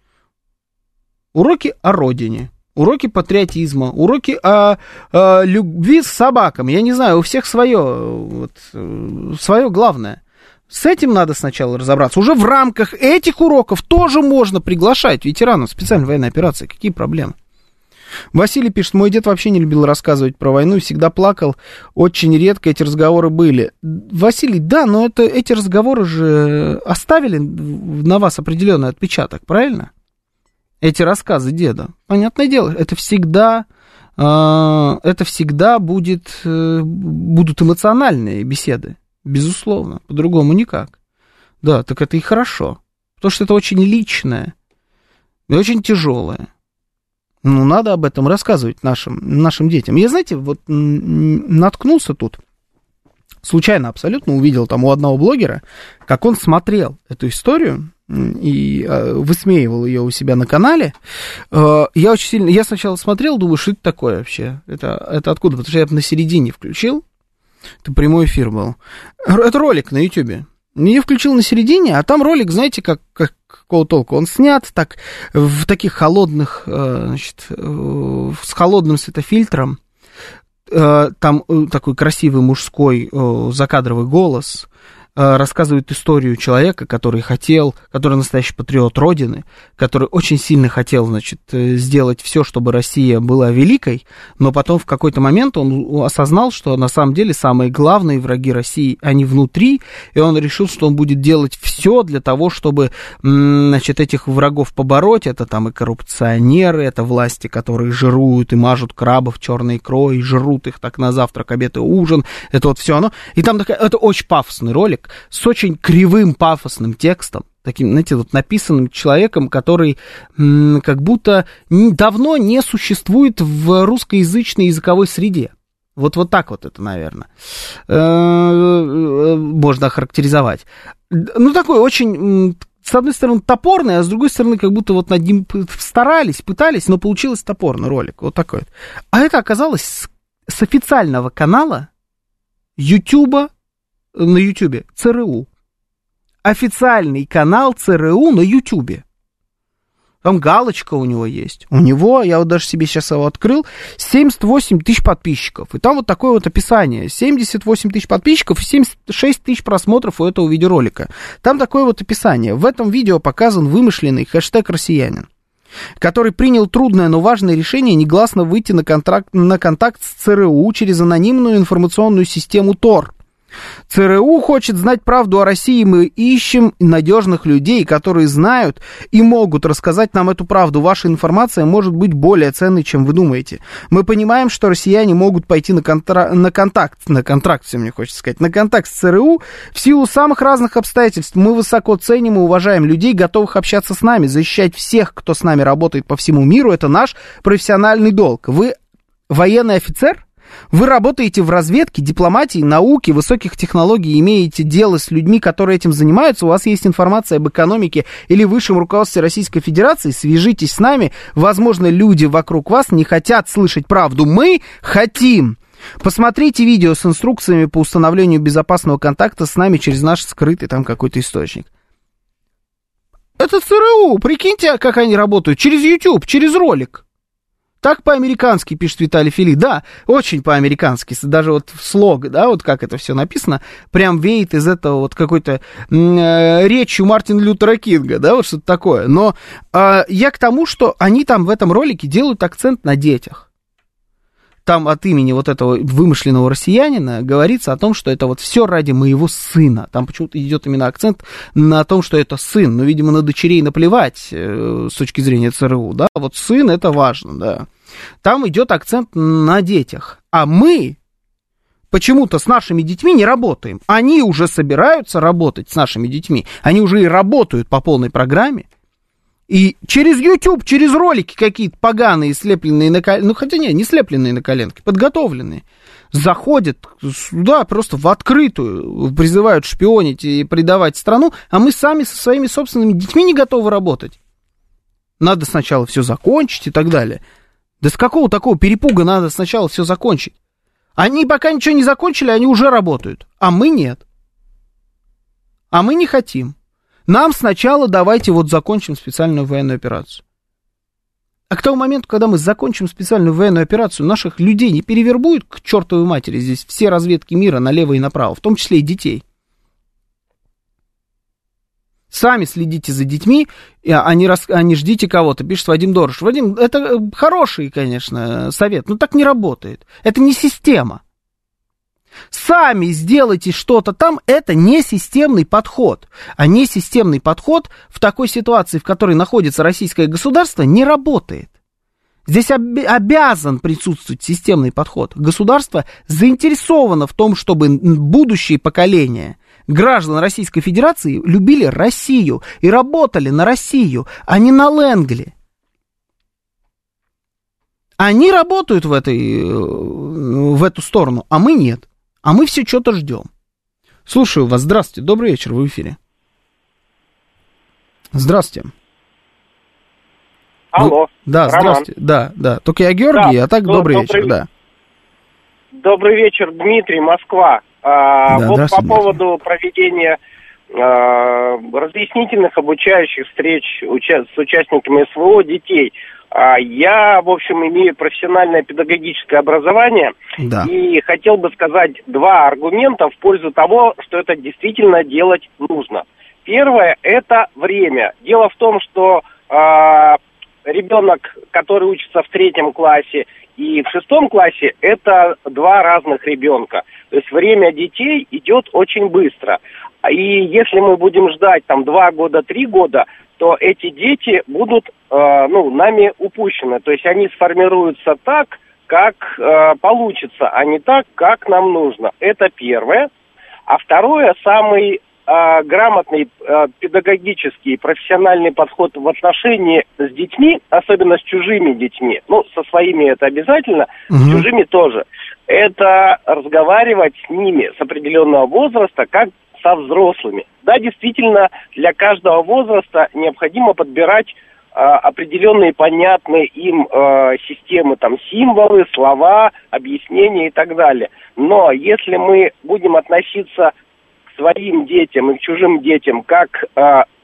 Уроки о родине. Уроки патриотизма, уроки о, о любви с собаками. Я не знаю, у всех свое, вот, свое главное. С этим надо сначала разобраться. Уже в рамках этих уроков тоже можно приглашать ветеранов специальной военной операции. Какие проблемы? Василий пишет, мой дед вообще не любил рассказывать про войну, всегда плакал. Очень редко эти разговоры были. Василий, да, но это, эти разговоры же оставили на вас определенный отпечаток, правильно? Эти рассказы деда, понятное дело, это всегда, э, это всегда будет, э, будут эмоциональные беседы, безусловно, по-другому никак. Да, так это и хорошо, потому что это очень личное и очень тяжелое. Ну, надо об этом рассказывать нашим, нашим детям. Я, знаете, вот наткнулся тут случайно абсолютно увидел там у одного блогера, как он смотрел эту историю и э, высмеивал ее у себя на канале. Э, я очень сильно, я сначала смотрел, думаю, что это такое вообще, это, это откуда, потому что я на середине включил, это прямой эфир был, это ролик на ютубе. Я включил на середине, а там ролик, знаете, как, как какого толку? Он снят так, в таких холодных, значит, с холодным светофильтром. Там такой красивый мужской закадровый голос рассказывает историю человека, который хотел, который настоящий патриот Родины, который очень сильно хотел, значит, сделать все, чтобы Россия была великой, но потом в какой-то момент он осознал, что на самом деле самые главные враги России, они внутри, и он решил, что он будет делать все для того, чтобы, значит, этих врагов побороть. Это там и коррупционеры, это власти, которые жируют и мажут крабов черной икрой, и жрут их так на завтрак, обед и ужин, это вот все оно. И там такая, это очень пафосный ролик, с очень кривым пафосным текстом, таким, знаете, вот написанным человеком, который м, как будто давно не существует в русскоязычной языковой среде. Вот, вот так вот это, наверное, можно охарактеризовать. Ну, такой очень, с одной стороны, топорный, а с другой стороны, как будто вот над ним старались, пытались, но получилось топорный ролик. Вот такой вот. А это оказалось с, с официального канала Ютуба, на Ютубе, ЦРУ. Официальный канал ЦРУ на Ютубе. Там галочка у него есть. У него, я вот даже себе сейчас его открыл, семьдесят восемь тысяч подписчиков. И там вот такое вот описание. семьдесят восемь тысяч подписчиков и семьдесят шесть тысяч просмотров у этого видеоролика. Там такое вот описание. В этом видео показан вымышленный хэштег «Россиянин», который принял трудное, но важное решение негласно выйти на, контракт, на контакт с ЦРУ через анонимную информационную систему Тор. ЦРУ хочет знать правду о России, мы ищем надежных людей, которые знают и могут рассказать нам эту правду. Ваша информация может быть более ценной, чем вы думаете. Мы понимаем, что россияне могут пойти на, контра... на контакт, на контракт, все мне хочется сказать, на контакт с ЦРУ в силу самых разных обстоятельств. Мы высоко ценим и уважаем людей, готовых общаться с нами, защищать всех, кто с нами работает по всему миру. Это наш профессиональный долг. Вы военный офицер? Вы работаете в разведке, дипломатии, науке, высоких технологий, имеете дело с людьми, которые этим занимаются, у вас есть информация об экономике или высшем руководстве Российской Федерации, свяжитесь с нами. Возможно, люди вокруг вас не хотят слышать правду. Мы хотим. Посмотрите видео с инструкциями по установлению безопасного контакта с нами через наш скрытый там какой-то источник. Это ЦРУ, прикиньте, как они работают, через YouTube, через ролик. Так по-американски пишет Виталий Фили. Да, очень по-американски. Даже вот слог, да, вот как это все написано, прям веет из этого вот какой-то э, речью Мартина Лютера Кинга, да, вот что-то такое. Но э, я к тому, что они там в этом ролике делают акцент на детях. Там от имени вот этого вымышленного россиянина говорится о том, что это вот все ради моего сына. Там почему-то идет именно акцент на том, что это сын. Но, видимо, на дочерей наплевать э, с точки зрения ЦРУ, да. Вот сын — это важно, да. Там идет акцент на детях. А мы почему-то с нашими детьми не работаем. Они уже собираются работать с нашими детьми. Они уже и работают по полной программе. И через YouTube, через ролики какие-то поганые, слепленные на коленке, ну, хотя нет, не слепленные на коленке, подготовленные, заходят сюда просто в открытую, призывают шпионить и предавать страну, а мы сами со своими собственными детьми не готовы работать. Надо сначала все закончить и так далее. Да с какого такого перепуга надо сначала все закончить? Они пока ничего не закончили, они уже работают, а мы нет. А мы не хотим. Нам сначала давайте вот закончим специальную военную операцию. А к тому моменту, когда мы закончим специальную военную операцию, наших людей не перевербуют к чертовой матери здесь все разведки мира налево и направо, в том числе и детей. Сами следите за детьми, а не, рас... а не ждите кого-то, пишет Вадим Дорож. Вадим, это хороший, конечно, совет, но так не работает. Это не система. Сами сделайте что-то там, это не системный подход. А не системный подход в такой ситуации, в которой находится российское государство, не работает. Здесь об- обязан присутствовать системный подход. Государство заинтересовано в том, чтобы будущие поколения граждан Российской Федерации любили Россию и работали на Россию, а не на Лэнгли. Они работают в, этой, в эту сторону, а мы нет. А мы все что-то ждем. Слушаю вас. Здравствуйте. Добрый вечер. Вы в эфире. Здравствуйте. Алло. Вы... Да, Роман. здравствуйте. Да, да. Только я Георгий, да, а так до, добрый, добрый вечер, да. Добрый вечер, Дмитрий, Москва. А, да, вот по поводу проведения а, разъяснительных обучающих встреч уча- с участниками СВО детей. А, я, в общем, имею профессиональное педагогическое образование. Да. И хотел бы сказать два аргумента в пользу того, что это действительно делать нужно. Первое – это время. Дело в том, что э, ребенок, который учится в третьем классе и в шестом классе, это два разных ребенка. То есть время детей идет очень быстро. И если мы будем ждать там два года, три года, то эти дети будут э, ну, нами упущены. То есть они сформируются так, как э, получится, а не так, как нам нужно. Это первое. А второе, самый э, грамотный э, педагогический профессиональный подход в отношении с детьми, особенно с чужими детьми, ну, со своими это обязательно, угу. с чужими тоже, это разговаривать с ними с определенного возраста, как со взрослыми. Да, действительно, для каждого возраста необходимо подбирать э, определенные понятные им э, системы, там, символы, слова, объяснения и так далее. Но если мы будем относиться к своим детям и к чужим детям как э,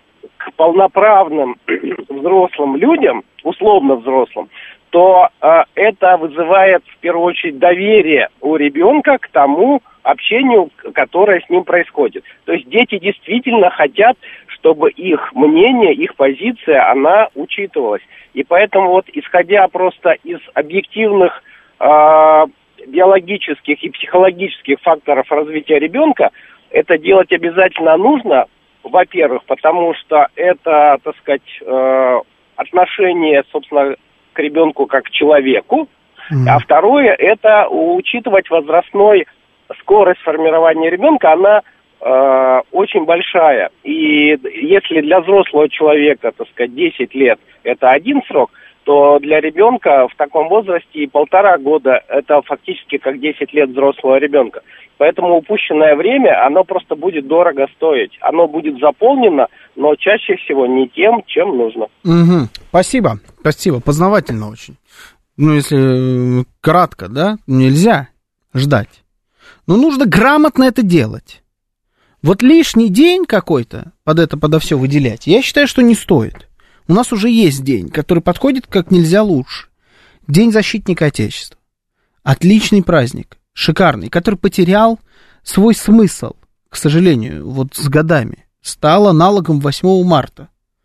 к полноправным взрослым людям, условно взрослым, то э, это вызывает в первую очередь доверие у ребенка к тому общению, которое с ним происходит. То есть дети действительно хотят, чтобы их мнение, их позиция, она учитывалась. И поэтому вот, исходя просто из объективных э, биологических и психологических факторов развития ребенка, это делать обязательно нужно, во-первых, потому что это, так сказать, э, отношение, собственно, к ребенку как к человеку, mm-hmm. а второе, это учитывать возрастной скорость формирования ребенка, она э, очень большая. И если для взрослого человека, так сказать, десять лет это один срок, то для ребенка в таком возрасте и полтора года это фактически как десять лет взрослого ребенка. Поэтому упущенное время, оно просто будет дорого стоить. Оно будет заполнено, но чаще всего не тем, чем нужно. Угу. Спасибо, спасибо. Познавательно очень. Ну, если кратко, да, нельзя ждать. Но нужно грамотно это делать. Вот лишний день какой-то под это, подо все выделять, я считаю, что не стоит. У нас уже есть день, который подходит как нельзя лучше. День защитника Отечества. Отличный праздник, шикарный, который потерял свой смысл, к сожалению, вот с годами. Стал аналогом восьмого марта.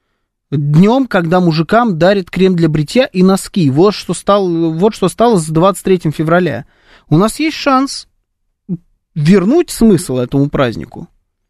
Днем, когда мужикам дарят крем для бритья и носки. Вот что стало, вот что стало с двадцать третьего февраля. У нас есть шанс вернуть смысл этому празднику.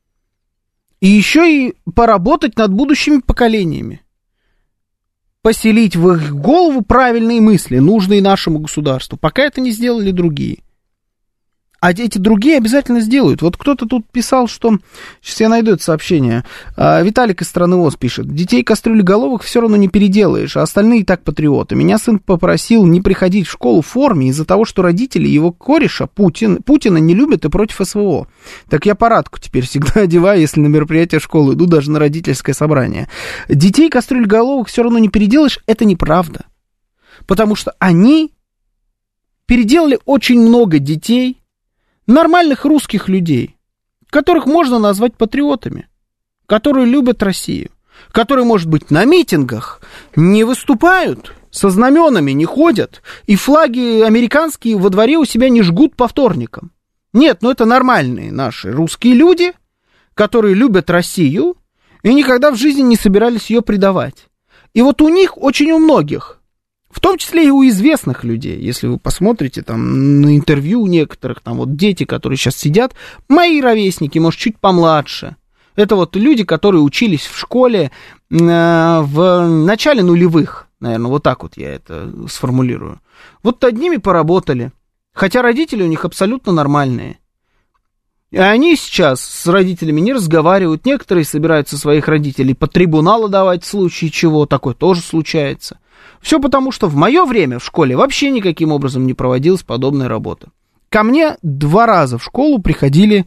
И еще и поработать над будущими поколениями. Поселить в их голову правильные мысли, нужные нашему государству. Пока это не сделали другие. А эти другие обязательно сделают. Вот кто-то тут писал, что... Сейчас я найду это сообщение. Виталик из страны ОС пишет. Детей кастрюлеголовых все равно не переделаешь, а остальные и так патриоты. Меня сын попросил не приходить в школу в форме из-за того, что родители его кореша Путин, Путина не любят и против СВО. Так я парадку теперь всегда одеваю, если на мероприятие школы иду, даже на родительское собрание. Детей кастрюлеголовых все равно не переделаешь. Это неправда. Потому что они переделали очень много детей, нормальных русских людей, которых можно назвать патриотами, которые любят Россию, которые, может быть, на митингах не выступают, со знаменами не ходят, и флаги американские во дворе у себя не жгут по вторникам. Нет, ну это нормальные наши русские люди, которые любят Россию и никогда в жизни не собирались ее предавать. И вот у них, очень у многих, в том числе и у известных людей, если вы посмотрите там на интервью у некоторых, там вот дети, которые сейчас сидят, мои ровесники, может, чуть помладше. Это вот люди, которые учились в школе э, в начале нулевых, наверное, вот так вот я это сформулирую. Вот над ними поработали, хотя родители у них абсолютно нормальные. И они сейчас с родителями не разговаривают, некоторые собираются своих родителей под трибунал давать в случае чего, такое тоже случается. Все потому, что в мое время в школе вообще никаким образом не проводилась подобная работа. Ко мне два раза в школу приходили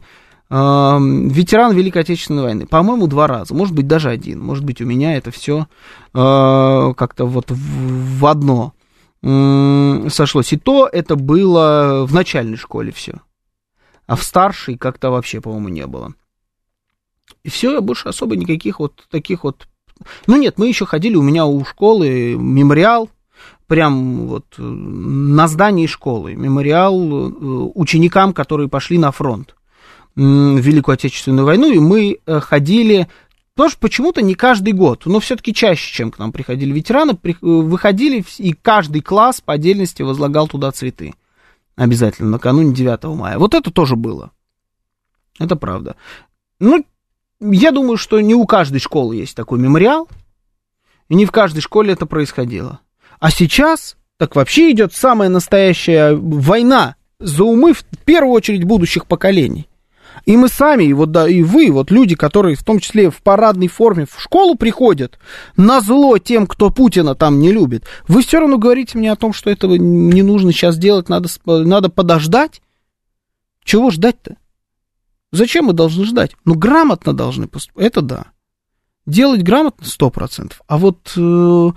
ветеран Великой Отечественной войны. По-моему, два раза. Может быть, даже один. Может быть, у меня это все как-то вот в, в одно сошлось. И то это было в начальной школе все. А в старшей как-то вообще, по-моему, не было. И все, больше особо никаких вот таких вот... Ну нет, мы еще ходили, у меня у школы мемориал, прям вот на здании школы. Мемориал ученикам, которые пошли на фронт в Великую Отечественную войну. И мы ходили... Тоже почему-то не каждый год, но все-таки чаще, чем к нам приходили ветераны, выходили, и каждый класс по отдельности возлагал туда цветы. Обязательно, накануне девятого мая. Вот это тоже было. Это правда. Ну, я думаю, что не у каждой школы есть такой мемориал, и не в каждой школе это происходило. А сейчас так вообще идет самая настоящая война за умы, в первую очередь, будущих поколений. И мы сами, и, вот, да, и вы, вот люди, которые в том числе в парадной форме в школу приходят, назло тем, кто Путина там не любит, вы все равно говорите мне о том, что этого не нужно сейчас делать, надо, надо подождать. Чего ждать-то? Зачем мы должны ждать? Ну, грамотно должны поступать, это да. Делать грамотно сто процентов, а вот э,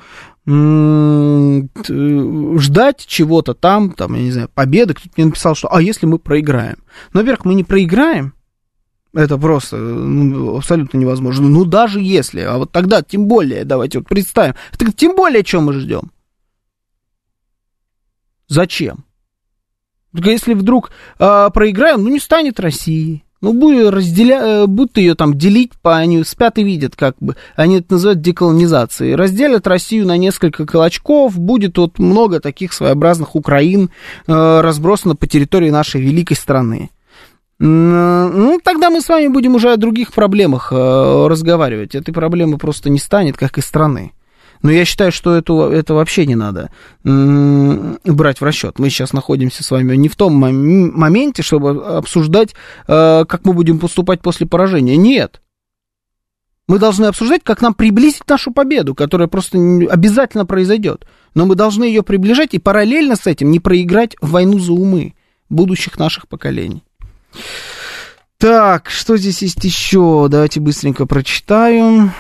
э, ждать чего-то там, там, я не знаю, победы, кто-то мне написал, что, а если мы проиграем? Ну, во-первых, мы не проиграем, это просто ну, абсолютно невозможно, ну, даже если, а вот тогда тем более, давайте вот представим, так тем более, чем мы ждем? Зачем? Только если вдруг э, проиграем, ну, не станет России. Ну, будет, разделя... будут ее там делить, по... они спят и видят, как бы, они это называют деколонизацией. Разделят Россию на несколько клочков, будет вот много таких своеобразных Украин э, разбросано по территории нашей великой страны. Ну, тогда мы с вами будем уже о других проблемах э, разговаривать. Этой проблемы просто не станет, как и страны. Но я считаю, что это, это вообще не надо м- брать в расчет. Мы сейчас находимся с вами не в том мом- моменте, чтобы обсуждать, э, как мы будем поступать после поражения. Нет. Мы должны обсуждать, как нам приблизить нашу победу, которая просто обязательно произойдет. Но мы должны ее приближать и параллельно с этим не проиграть войну за умы будущих наших поколений. Так, что здесь есть еще? Давайте быстренько прочитаю.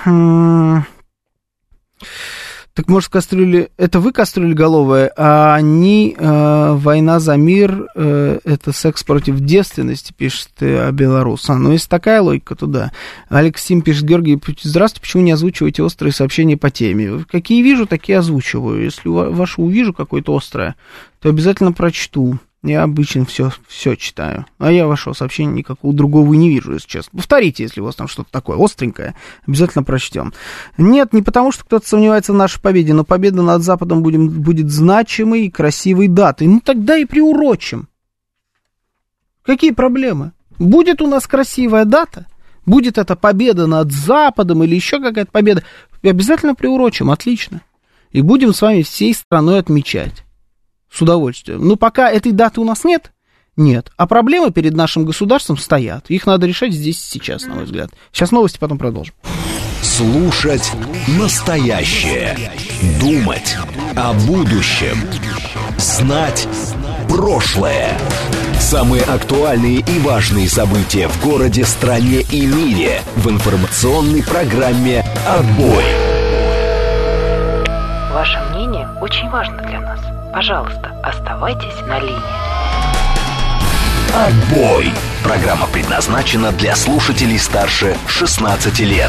Так, может, кастрюли... Это вы кастрюлеголовые, а они... Э, война за мир, э, это секс против девственности, пишет э, Белорус. А, ну, если такая логика, то да. Алексим пишет, Георгий, здравствуйте, почему не озвучиваете острые сообщения по теме? Какие вижу, такие озвучиваю. Если ваше увижу какое-то острое, то обязательно прочту. Я обычно все, все читаю. А я вашего сообщения никакого другого не вижу, если честно. Повторите, если у вас там что-то такое остренькое. Обязательно прочтем. Нет, не потому, что кто-то сомневается в нашей победе, но победа над Западом будем, будет значимой и красивой датой. Ну, тогда и приурочим. Какие проблемы? Будет у нас красивая дата, будет это победа над Западом или еще какая-то победа, и обязательно приурочим, отлично. И будем с вами всей страной отмечать. С удовольствием. Но пока этой даты у нас нет, нет. А проблемы перед нашим государством стоят. Их надо решать здесь и сейчас, на мой взгляд. Сейчас новости, потом продолжим. Слушать настоящее. Думать о будущем. Знать прошлое. Самые актуальные и важные события в городе, стране и мире в информационной программе «Отбой». Ваше мнение очень важно для нас. Пожалуйста, оставайтесь на линии. Отбой. Программа предназначена для слушателей старше шестнадцати лет.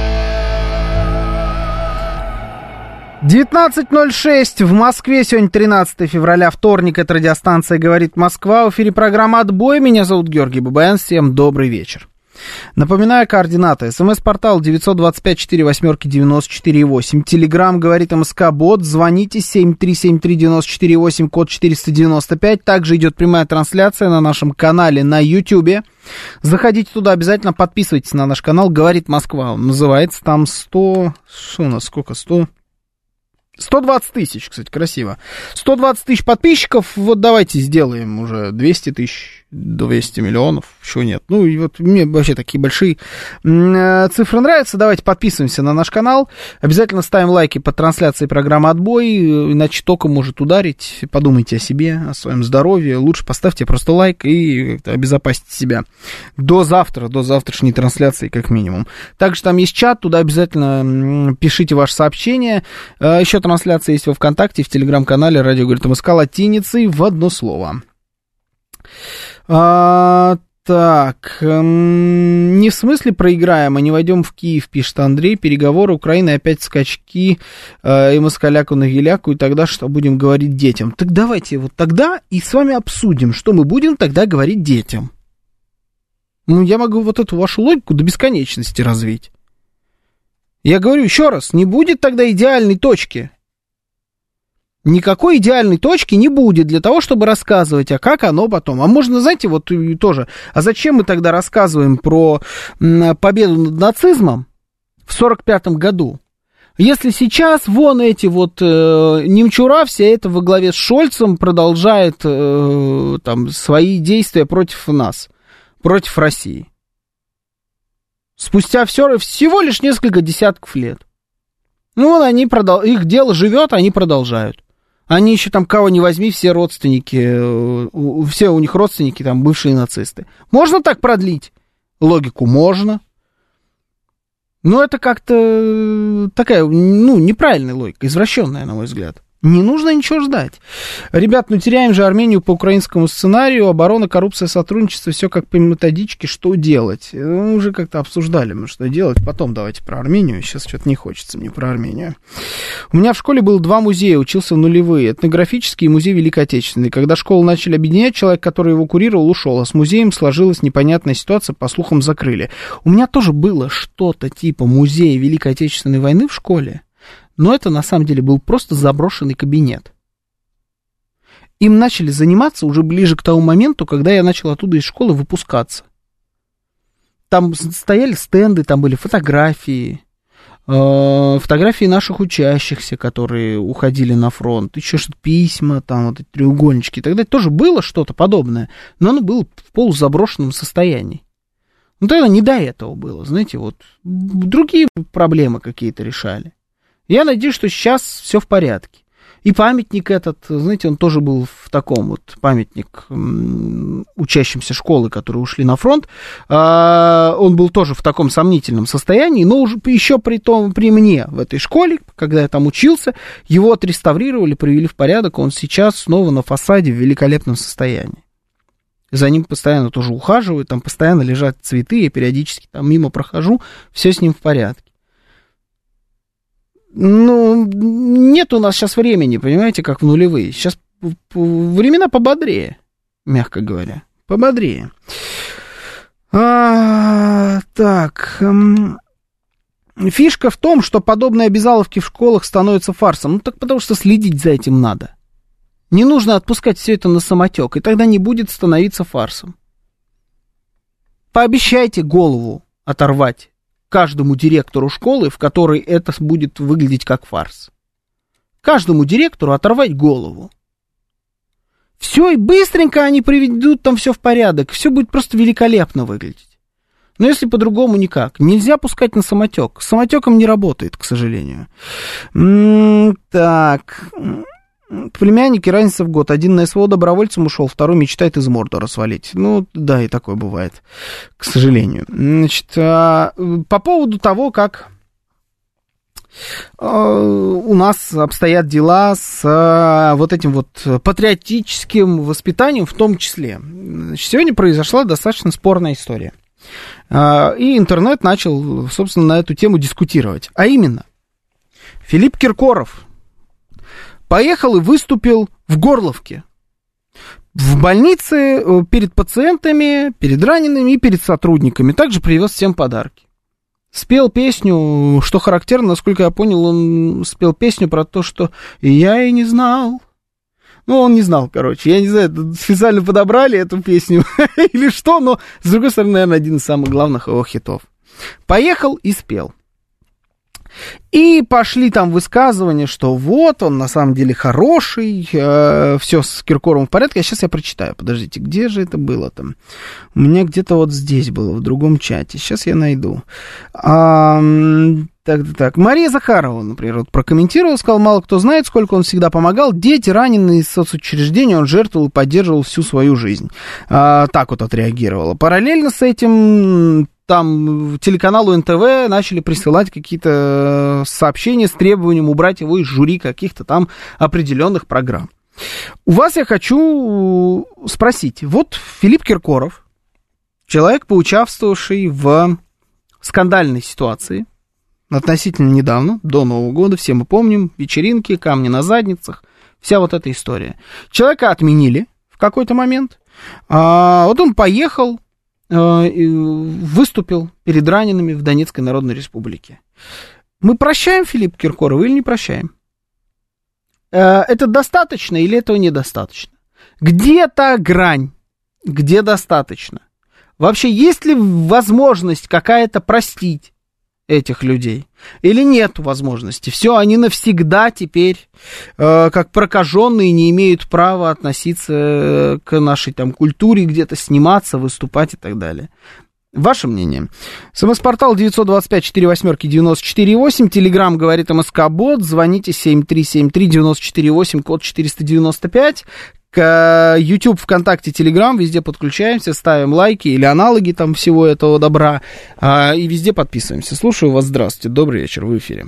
девятнадцать ноль шесть в Москве. Сегодня тринадцатое февраля, вторник. Это радиостанция «Говорит Москва». В эфире программа «Отбой». Меня зовут Георгий Бабаян. Всем добрый вечер. Напоминаю координаты. СМС-портал девять два пять четыре восемь девять четыре восемь. Телеграм «Говорит МСК-бот». Звоните семь три семь три девять четыре восемь, код четыреста девяносто пять. Также идет прямая трансляция на нашем канале на Ютьюбе. Заходите туда, обязательно подписывайтесь на наш канал «Говорит Москва». Он называется там сто... Что у нас? Сколько? сто... сто двадцать тысяч, кстати, красиво. сто двадцать тысяч подписчиков. Вот давайте сделаем уже двести тысяч. двести миллионов, чего нет. Ну, и вот мне вообще такие большие цифры нравятся. Давайте подписываемся на наш канал. Обязательно ставим лайки под трансляцией программы «Отбой», иначе током может ударить. Подумайте о себе, о своем здоровье. Лучше поставьте просто лайк и обезопасьте себя. До завтра, до завтрашней трансляции, как минимум. Также там есть чат, туда обязательно пишите ваши сообщения. Еще трансляция есть во ВКонтакте, в Телеграм-канале «Радио говорит МСК» латиницей в одно слово. А, так, эм, не в смысле проиграем, а не войдем в Киев, пишет Андрей. Переговоры Украины, опять скачки, э, и москаляку на геляку, и тогда что будем говорить детям? Так давайте вот тогда и с вами обсудим, что мы будем тогда говорить детям. Ну, я могу вот эту вашу логику до бесконечности развить. Я говорю еще раз, не будет тогда идеальной точки. Никакой идеальной точки не будет для того, чтобы рассказывать, а как оно потом. А можно, знаете, вот тоже, а зачем мы тогда рассказываем про победу над нацизмом в сорок пятом году? Если сейчас вон эти вот э, немчура, все это во главе с Шольцем продолжает э, там свои действия против нас, против России. Спустя все, всего лишь несколько десятков лет. Ну, вот они продол... их дело живет, они продолжают. Они еще там, кого не возьми, все родственники, все у них родственники, там, бывшие нацисты. Можно так продлить логику? Можно. Но это как-то такая, ну, неправильная логика, извращенная, на мой взгляд. Не нужно ничего ждать. Ребят, ну теряем же Армению по украинскому сценарию. Оборона, коррупция, сотрудничество, все как по методичке. Что делать? Мы уже как-то обсуждали, мы что делать. Потом давайте про Армению. Сейчас что-то не хочется мне про Армению. У меня в школе было два музея, учился в нулевые. Этнографический и музей Великой Отечественной. Когда школу начали объединять, человек, который его курировал, ушел. А с музеем сложилась непонятная ситуация, по слухам закрыли. У меня тоже было что-то типа музея Великой Отечественной войны в школе. Но это, на самом деле, был просто заброшенный кабинет. Им начали заниматься уже ближе к тому моменту, когда я начал оттуда из школы выпускаться. Там стояли стенды, там были фотографии, э, фотографии наших учащихся, которые уходили на фронт, еще что-то, письма, там вот эти треугольнички и так далее. Тоже было что-то подобное, но оно было в полузаброшенном состоянии. Ну, тогда не до этого было, знаете, вот другие проблемы какие-то решали. Я надеюсь, что сейчас все в порядке. И памятник этот, знаете, он тоже был в таком вот памятник м, учащимся школы, которые ушли на фронт. А, он был тоже в таком сомнительном состоянии, но уже еще при том, при мне в этой школе, когда я там учился, его отреставрировали, привели в порядок. Он сейчас снова на фасаде в великолепном состоянии. За ним постоянно тоже ухаживают, там постоянно лежат цветы, я периодически там мимо прохожу, все с ним в порядке. Ну, нет у нас сейчас времени, понимаете, как в нулевые. Сейчас времена пободрее, мягко говоря, пободрее. А, так, фишка в том, что подобные обязаловки в школах становятся фарсом. Ну, так потому что следить за этим надо. Не нужно отпускать все это на самотек, и тогда не будет становиться фарсом. Пообещайте голову оторвать каждому директору школы, в которой это будет выглядеть как фарс. Каждому директору оторвать голову. Все, и быстренько они приведут там все в порядок. Все будет просто великолепно выглядеть. Но если по-другому никак. Нельзя пускать на самотек. С самотеком не работает, к сожалению. М-м, так... Племянники, разница в год. Один на СВО добровольцем ушел, второй мечтает из Мордора свалить. Ну, да, и такое бывает, к сожалению. Значит, а, по поводу того, как а, у нас обстоят дела с а, вот этим вот патриотическим воспитанием в том числе. Значит, сегодня произошла достаточно спорная история. А, и интернет начал, собственно, на эту тему дискутировать. А именно, Филипп Киркоров поехал и выступил в Горловке, в больнице, перед пациентами, перед ранеными и перед сотрудниками. Также привез всем подарки. Спел песню, что характерно, насколько я понял, он спел песню про то, что «я и не знал». Ну, он не знал, короче. Я не знаю, специально подобрали эту песню или что, но, с другой стороны, наверное, один из самых главных его хитов. Поехал и спел. И пошли там высказывания, что вот, он на самом деле хороший, э, все с Киркоровым в порядке. А сейчас я прочитаю, подождите, где же это было там? У меня где-то вот здесь было, в другом чате. Сейчас я найду. А, так, так, так. Мария Захарова, например, вот прокомментировала, сказала, мало кто знает, сколько он всегда помогал. Дети, раненые из соцучреждения, он жертвовал и поддерживал всю свою жизнь. А, так вот отреагировала. Параллельно с этим... Там телеканалу эн тэ вэ начали присылать какие-то сообщения с требованием убрать его из жюри каких-то там определенных программ. У вас я хочу спросить. Вот Филипп Киркоров, человек, поучаствовавший в скандальной ситуации относительно недавно, до Нового года, все мы помним, вечеринки, камни на задницах, вся вот эта история. Человека отменили в какой-то момент, а вот он поехал, выступил перед ранеными в Донецкой Народной Республике. Мы прощаем Филиппа Киркорова или не прощаем? Это достаточно или этого недостаточно? Где та грань? Где достаточно? Вообще, есть ли возможность какая-то простить этих людей? Или нет возможности? Все, они навсегда теперь, э, как прокаженные, не имеют права относиться к нашей там культуре, где-то сниматься, выступать и так далее. Ваше мнение? СМС-портал девять два пять четыре восемь девять четыре восемь, Телеграм говорит МСК-бот, звоните семь три семь три девять четыре восемь, код четыреста девяносто пять. К YouTube, ВКонтакте, Телеграм, везде подключаемся, ставим лайки или аналоги там всего этого добра, а, и везде подписываемся. Слушаю вас, здравствуйте, добрый вечер, в эфире.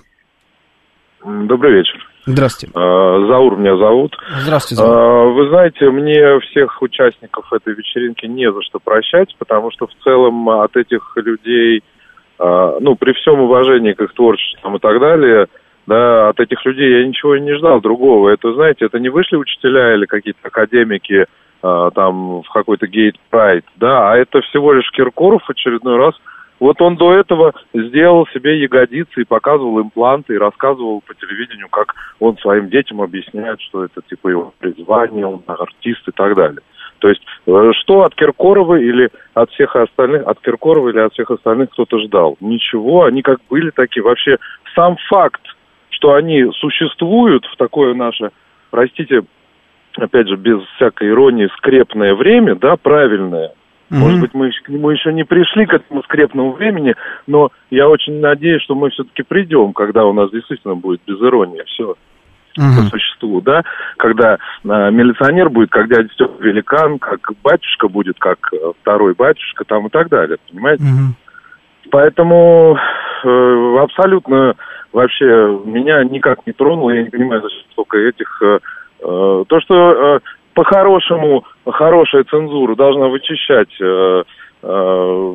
Добрый вечер. Здравствуйте. А, Заур меня зовут. Здравствуйте, Заур. А, вы знаете, мне всех участников этой вечеринки не за что прощать, потому что в целом от этих людей, а, ну, при всем уважении к их творчеству и так далее... Да, от этих людей я ничего не ждал другого. Это, знаете, это не вышли учителя или какие-то академики а, там в какой-то гейт-прайд, да, а это всего лишь Киркоров в очередной раз. Вот он до этого сделал себе ягодицы и показывал импланты, и рассказывал по телевидению, как он своим детям объясняет, что это типа его призвание, он артист и так далее. То есть, что от Киркорова или от всех остальных, от Киркорова или от всех остальных кто-то ждал? Ничего, они как были такие. Вообще, сам факт, что они существуют в такое наше, простите, опять же, без всякой иронии, скрепное время, да, правильное. Mm-hmm. Может быть, мы к нему еще не пришли, к этому скрепному времени, но я очень надеюсь, что мы все-таки придем, когда у нас действительно будет без иронии все mm-hmm. по существу, да, когда а, милиционер будет, как дядя Степа великан, как батюшка будет, как а, второй батюшка, там и так далее, понимаете? Mm-hmm. Поэтому э, абсолютно... Вообще, меня никак не тронуло, я не понимаю, зачем столько этих... Э, э, то, что э, по-хорошему хорошая цензура должна вычищать, э, э,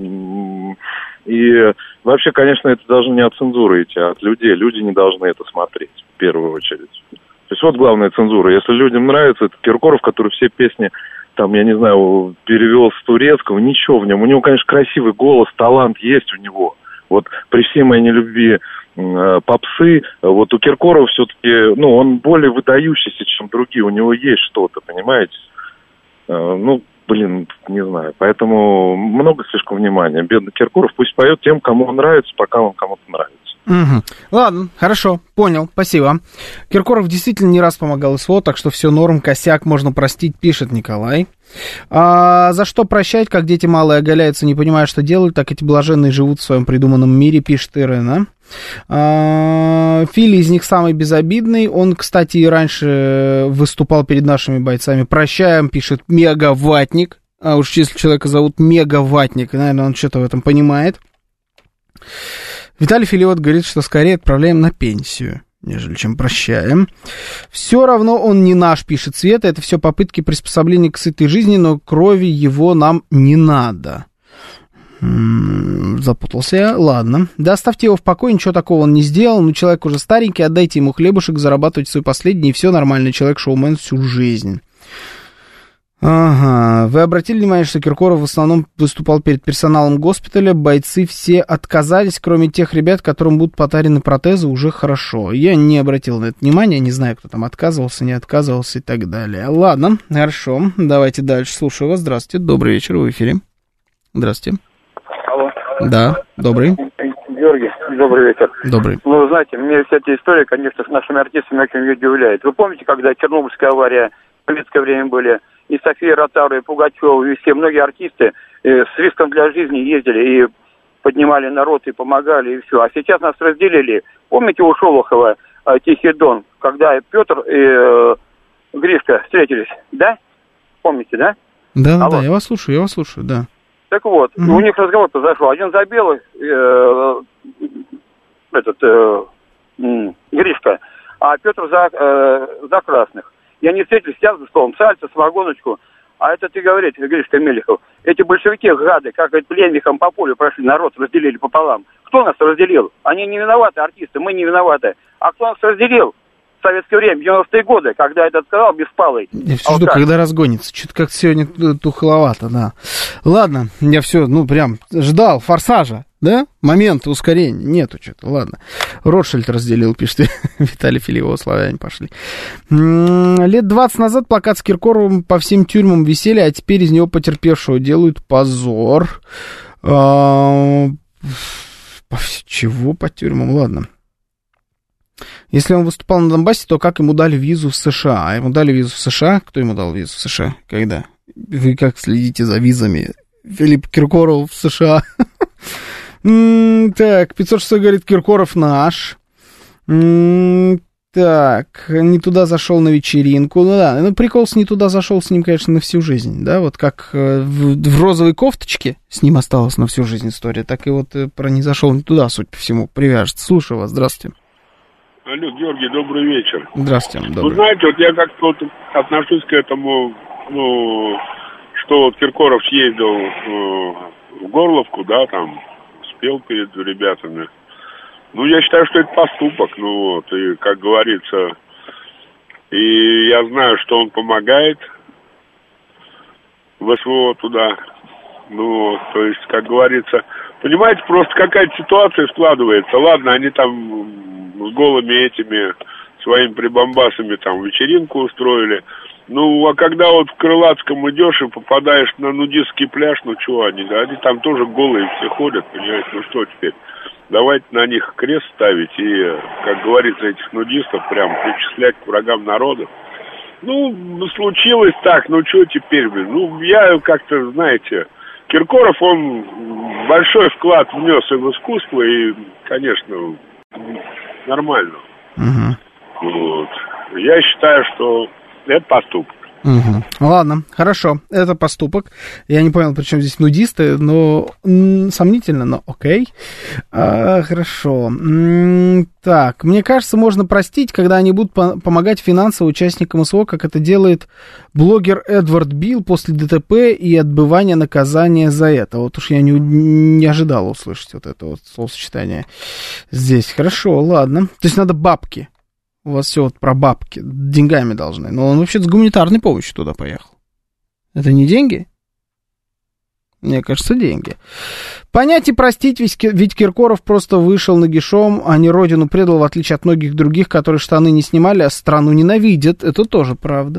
и вообще, конечно, это даже не от цензуры идти, а от людей. Люди не должны это смотреть, в первую очередь. То есть вот главная цензура. Если людям нравится, это Киркоров, который все песни, там, я не знаю, перевел с турецкого, ничего в нем. У него, конечно, красивый голос, талант есть у него. Вот при всей моей нелюбви попсы, вот у Киркорова все-таки, ну, он более выдающийся, чем другие, у него есть что-то, понимаете? Ну, блин, не знаю, поэтому много слишком внимания. Бедный Киркоров пусть поет тем, кому он нравится, пока он кому-то нравится. Угу. Ладно, хорошо, понял, спасибо. Киркоров действительно не раз помогал СВО, так что все норм, косяк можно простить, пишет Николай. А за что прощать, как дети малые оголяются, не понимая, что делают, так эти блаженные живут в своем придуманном мире, пишет Ирена. А, Фили из них самый безобидный. Он, кстати, и раньше выступал перед нашими бойцами. Прощаем, пишет Мегаватник. А уж если человека зовут Мегаватник, наверное, он что-то в этом понимает. Виталий Филиот говорит, что скорее отправляем на пенсию, нежели чем прощаем. Все равно он не наш, пишет Света. Это все попытки приспособления к сытой жизни, но крови его нам не надо. М-м, запутался я. Ладно. Да оставьте его в покое, ничего такого он не сделал. Ну, человек уже старенький, отдайте ему хлебушек, зарабатывать свой последний, и все нормально. Человек шоумен всю жизнь. Ага, вы обратили внимание, что Киркоров в основном выступал перед персоналом госпиталя, бойцы все отказались, кроме тех ребят, которым будут подарены протезы, уже хорошо. Я не обратил на это внимания, не знаю, кто там отказывался, не отказывался и так далее. Ладно, хорошо, давайте дальше, слушаю вас, здравствуйте, добрый вечер, в эфире. Здравствуйте. Алло. Да, добрый. Георгий, добрый вечер. Добрый. Ну, вы знаете, мне вся эта история, конечно, с нашими артистами очень удивляет. Вы помните, когда Чернобыльская авария, в советское время были, и София Ротару, и Пугачева, и все многие артисты э, с риском для жизни ездили и поднимали народ, и помогали, и все. А сейчас нас разделили. Помните у Шолохова э, «Тихий Дон», когда Петр и э, Гришка встретились, да? Помните, да? Да, да, да, я вас слушаю, я вас слушаю, да. Так вот, mm-hmm. у них разговор произошел. Один за белых, э, этот, э, э, Гришка, а Петр за, э, за красных. И они встретились, сидят за столом, сальца, самогоночку. А это ты говоришь, Гришка Мелехов, эти большевики, гады, как пленникам по полю прошли, народ разделили пополам. Кто нас разделил? Они не виноваты, артисты, мы не виноваты. А кто нас разделил? В советское время, в девяностые годы, когда этот сказал Беспалый. Я все жду, когда разгонится. Что-то как-то сегодня тухловато, да. Ладно, я все, ну, прям ждал форсажа, да? Момента ускорения. Нету что-то, ладно. Ротшильд разделил, пишет Виталий Филиппов, славяне пошли. Лет двадцать назад плакат с Киркоровым по всем тюрьмам висели, а теперь из него потерпевшего делают позор. Чего по тюрьмам? Ладно. Если он выступал на Донбассе, то как ему дали визу в США? А ему дали визу в США? Кто ему дал визу в США? Когда? Вы как следите за визами? Филипп Киркоров в США. Так, пятьсот шесть говорит, Киркоров наш. Так, не туда зашел на вечеринку. Ну да, ну прикол с не туда зашел с ним, конечно, на всю жизнь. Да, вот как в, в розовой кофточке с ним осталась на всю жизнь история, так и вот про не зашел не туда, судя по всему, привяжется. Слушаю вас, здравствуйте. Алло, Георгий, добрый вечер. Здравствуйте, добрый. Вы знаете, вот я как-то вот отношусь к этому, ну, что вот Киркоров съездил э, в Горловку, да, там, спел перед ребятами. Ну, я считаю, что это поступок, ну вот, и, как говорится, и я знаю, что он помогает в СВО туда, ну, вот, то есть, как говорится, понимаете, просто какая-то ситуация складывается, ладно, они там с голыми этими своими прибамбасами там вечеринку устроили. Ну, а когда вот в Крылатском идешь и попадаешь на нудистский пляж, ну, чего они, да, они там тоже голые все ходят, понимаете, ну, что теперь? Давайте на них крест ставить и, как говорится, этих нудистов прям причислять к врагам народа. Ну, случилось так, ну, что теперь, блин? Ну, я как-то, знаете, Киркоров, он большой вклад внес и в искусство, и, конечно, нормально. Угу. Вот. Я считаю, что это поступок. Угу. Ладно, хорошо, это поступок. Я не понял, при чем здесь нудисты, но м- сомнительно, но окей. А, хорошо. М- так, мне кажется, можно простить, когда они будут по- помогать финансово участникам СВО, как это делает блогер Эдвард Билл после ДТП и отбывания наказания за это. Вот уж я не, не ожидал услышать вот это вот словосочетание здесь. Хорошо, ладно. То есть надо бабки. У вас все вот про бабки, деньгами должны. Но он вообще-то с гуманитарной помощью туда поехал. Это не деньги? Мне кажется, деньги. Понять и простить, ведь Киркоров просто вышел нагишом, а не родину предал, в отличие от многих других, которые штаны не снимали, а страну ненавидят. Это тоже правда.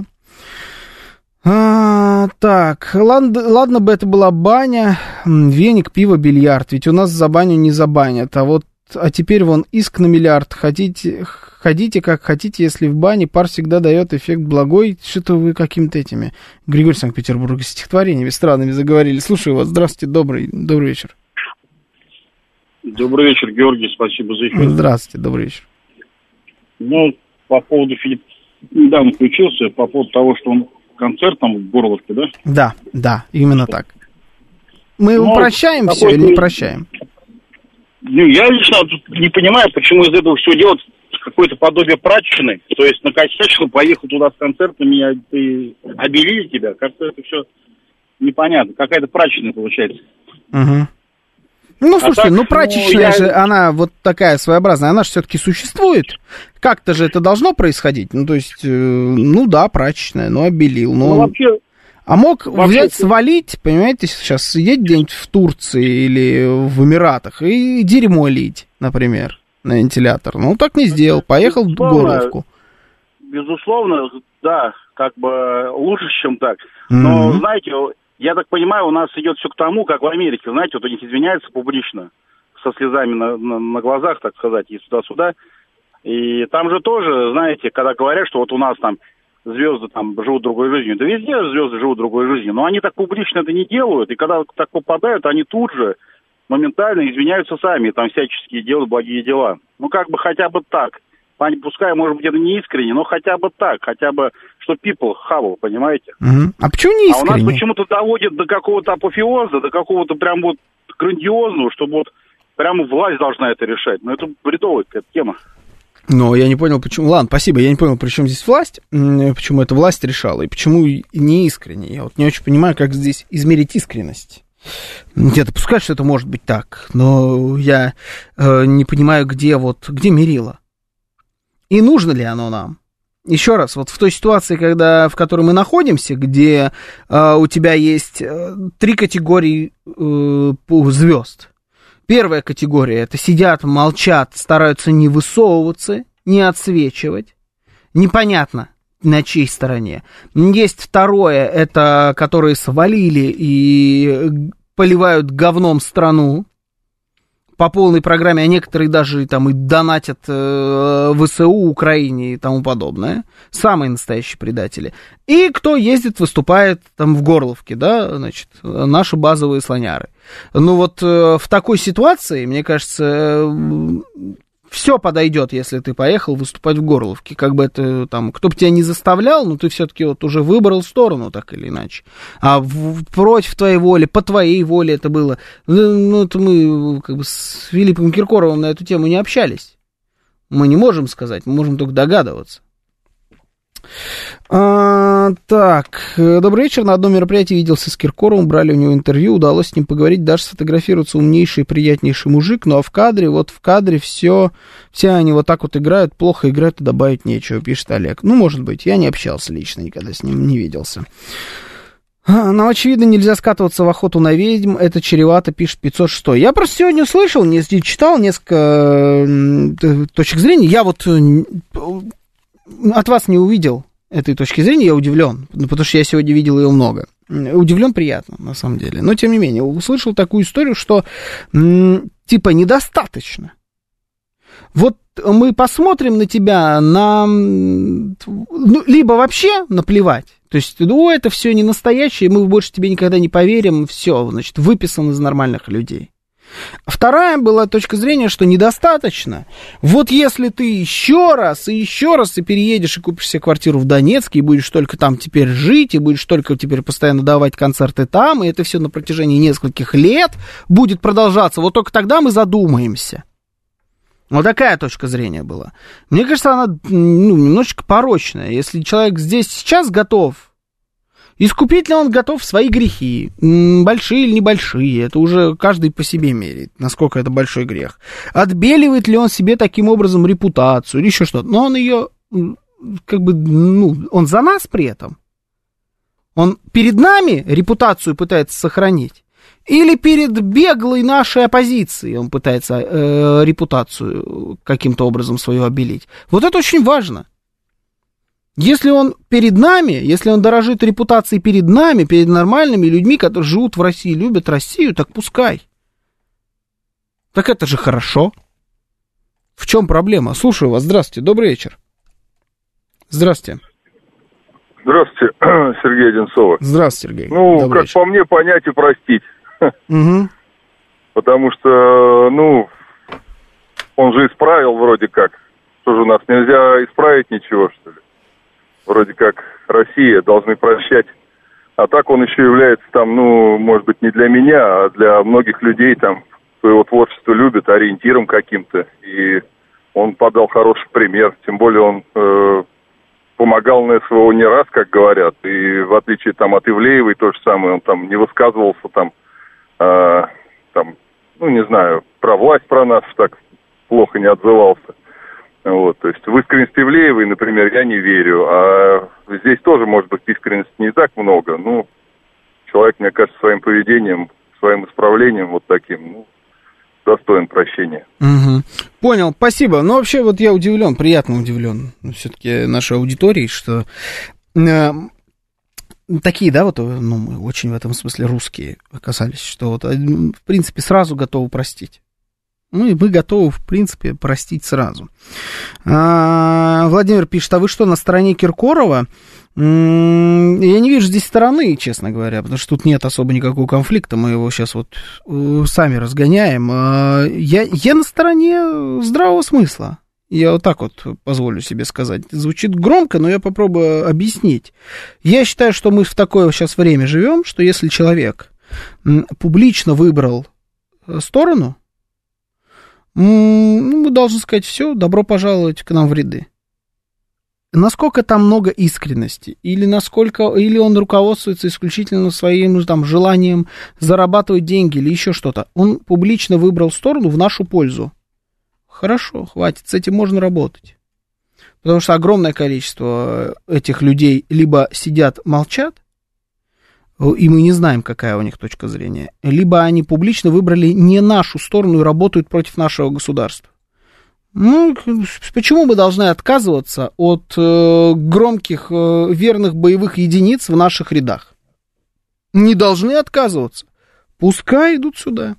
А, так, ладно, ладно бы это была баня, веник, пиво, бильярд. Ведь у нас за баню не забанят, а вот а теперь вон иск на миллиард. Хотите, ходите как хотите, если в бане пар всегда дает эффект благой. Что-то вы какими-то этими Григорий Санкт-Петербург стихотворениями странными заговорили. Слушаю вас. Здравствуйте, добрый, добрый вечер. Добрый вечер, Георгий, спасибо за эфир. Здравствуйте, добрый вечер. Ну, по поводу Филипп недавно включился, по поводу того, что он концерт там в Горловке, да? Да, да, именно так. Мы его ну, прощаем все или не прощаем? Ну, я лично не понимаю, почему из этого все делать какое-то подобие прачечной. То есть накосячил, поехал туда с концертами, и обелили тебя. Как-то это все непонятно. Какая-то прачечная получается. Угу. Ну, слушайте, а так, ну прачечная ну, же, я... она вот такая своеобразная, она же все-таки существует. Как-то же это должно происходить. Ну, то есть, э, ну да, прачечная, ну обелил. Ну, ну вообще... А мог Вообще... взять, свалить, понимаете, сейчас сидеть где-нибудь в Турции или в Эмиратах и дерьмо лить, например, на вентилятор. Ну, так не сделал, поехал в Горловку. Безусловно, да, как бы лучше, чем так. Но, mm-hmm. знаете, я так понимаю, у нас идет все к тому, как в Америке, знаете, вот у них извиняются публично со слезами на, на, на глазах, так сказать, и сюда-сюда. И там же тоже, знаете, когда говорят, что вот у нас там звезды там живут другой жизнью, да везде звезды живут другой жизнью, но они так публично это не делают, и когда так попадают, они тут же моментально извиняются сами, там всяческие делают благие дела. Ну, как бы хотя бы так. Пускай, может быть, это не искренне, но хотя бы так, хотя бы, что people хавал, понимаете? Угу. А почему не искренне? А у нас почему-то доводит до какого-то апофеоза, до какого-то прям вот грандиозного, чтобы вот прямо власть должна это решать. Но это бредовая какая-то тема. Но я не понял, почему... Ладно, спасибо, я не понял, при чем здесь власть, почему эта власть решала, и почему не искренне. Я вот не очень понимаю, как здесь измерить искренность. Я допускаю, что это может быть так, но я э, не понимаю, где вот, где мерило. И нужно ли оно нам? Еще раз, вот в той ситуации, когда, в которой мы находимся, где э, у тебя есть э, три категории э, звезд. Первая категория — это сидят, молчат, стараются не высовываться, не отсвечивать. Непонятно, на чьей стороне. Есть второе — это которые свалили и поливают говном страну по полной программе, а некоторые даже там и донатят э, ВСУ, Украине и тому подобное. Самые настоящие предатели. И кто ездит, выступает там в Горловке, да, значит, наши базовые слоняры. Ну вот э, в такой ситуации, мне кажется, э, все подойдет, если ты поехал выступать в Горловке. Как бы это там, кто бы тебя не заставлял, но ты все-таки вот уже выбрал сторону, так или иначе. А в, против твоей воли, по твоей воле это было. Ну, это мы как бы с Филиппом Киркоровым на эту тему не общались. Мы не можем сказать, мы можем только догадываться. А, так, добрый вечер. На одном мероприятии виделся с Киркоровым, брали у него интервью, удалось с ним поговорить, даже сфотографироваться. Умнейший, приятнейший мужик, ну а в кадре, вот в кадре все, все они вот так вот играют, плохо играют, и добавить нечего, пишет Олег. Ну, может быть, я не общался лично, никогда с ним не виделся. Но, очевидно, нельзя скатываться в охоту на ведьм, это чревато, пишет пятьсот шесть. Я просто сегодня услышал, не читал несколько точек зрения, я вот от вас не увидел этой точки зрения, я удивлен, потому что я сегодня видел ее много. Удивлен приятно, на самом деле. Но, тем не менее, услышал такую историю, что м, типа недостаточно. Вот мы посмотрим на тебя, на, ну, либо вообще наплевать. То есть, ну, это все не настоящее, мы больше тебе никогда не поверим, все, значит, выписан из нормальных людей. Вторая была точка зрения, что недостаточно. Вот если ты еще раз и еще раз и переедешь и купишь себе квартиру в Донецке, и будешь только там теперь жить, и будешь только теперь постоянно давать концерты там, и это все на протяжении нескольких лет будет продолжаться, вот только тогда мы задумаемся. Вот такая точка зрения была. Мне кажется, она ну, немножечко порочная. Если человек здесь сейчас готов, искупить ли он готов свои грехи, большие или небольшие, это уже каждый по себе меряет, насколько это большой грех. Отбеливает ли он себе таким образом репутацию или еще что-то. Но он ее, как бы, ну, он за нас при этом. Он перед нами репутацию пытается сохранить. Или перед беглой нашей оппозицией он пытается э, репутацию каким-то образом свою обелить. Вот это очень важно. Если он перед нами, если он дорожит репутацией перед нами, перед нормальными людьми, которые живут в России, любят Россию, так пускай. Так это же хорошо. В чем проблема? Слушаю вас. Здравствуйте. Добрый вечер. Здравствуйте. Здравствуйте, Сергей Одинцова. Здравствуйте, Сергей. Ну, Добрый как вечер. по мне, понять и простить. Угу. Потому что, ну, он же исправил вроде как. Что же у нас, нельзя исправить ничего, что ли? Вроде как Россия, должны прощать. А так он еще является там, ну, может быть, не для меня, а для многих людей там, кто его творчество любит, ориентиром каким-то. И он подал хороший пример. Тем более он э, помогал на СВО не раз, как говорят. И в отличие там от Ивлеевой, то же самое, он там не высказывался там, э, там, ну, не знаю, про власть, про нас так плохо не отзывался. Вот, то есть в искренность Ивлеевой, например, я не верю, а здесь тоже, может быть, искренности не так много, ну, человек, мне кажется, своим поведением, своим исправлением вот таким, ну, достоин прощения. Угу. Понял, спасибо. Ну, вообще, вот я удивлен, приятно удивлен, все-таки нашей аудиторией, что э, такие, да, вот, ну, мы очень в этом смысле русские оказались, что вот, в принципе, сразу готовы простить. Ну, и мы готовы, в принципе, простить сразу. А, Владимир пишет, а вы что, на стороне Киркорова? М-м, я не вижу здесь стороны, честно говоря, потому что тут нет особо никакого конфликта, мы его сейчас вот э, сами разгоняем. А, я, я на стороне здравого смысла. Я вот так вот позволю себе сказать. Звучит громко, но я попробую объяснить. Я считаю, что мы в такое сейчас время живем, что если человек публично выбрал сторону, мы должны сказать, все, добро пожаловать к нам в ряды. Насколько там много искренности, или насколько, или он руководствуется исключительно своим там, желанием зарабатывать деньги или еще что-то. Он публично выбрал сторону в нашу пользу. Хорошо, хватит, с этим можно работать. Потому что огромное количество этих людей либо сидят, молчат, и мы не знаем, какая у них точка зрения, либо они публично выбрали не нашу сторону и работают против нашего государства. Ну, почему мы должны отказываться от э, громких, э, верных боевых единиц в наших рядах? Не должны отказываться. Пускай идут сюда.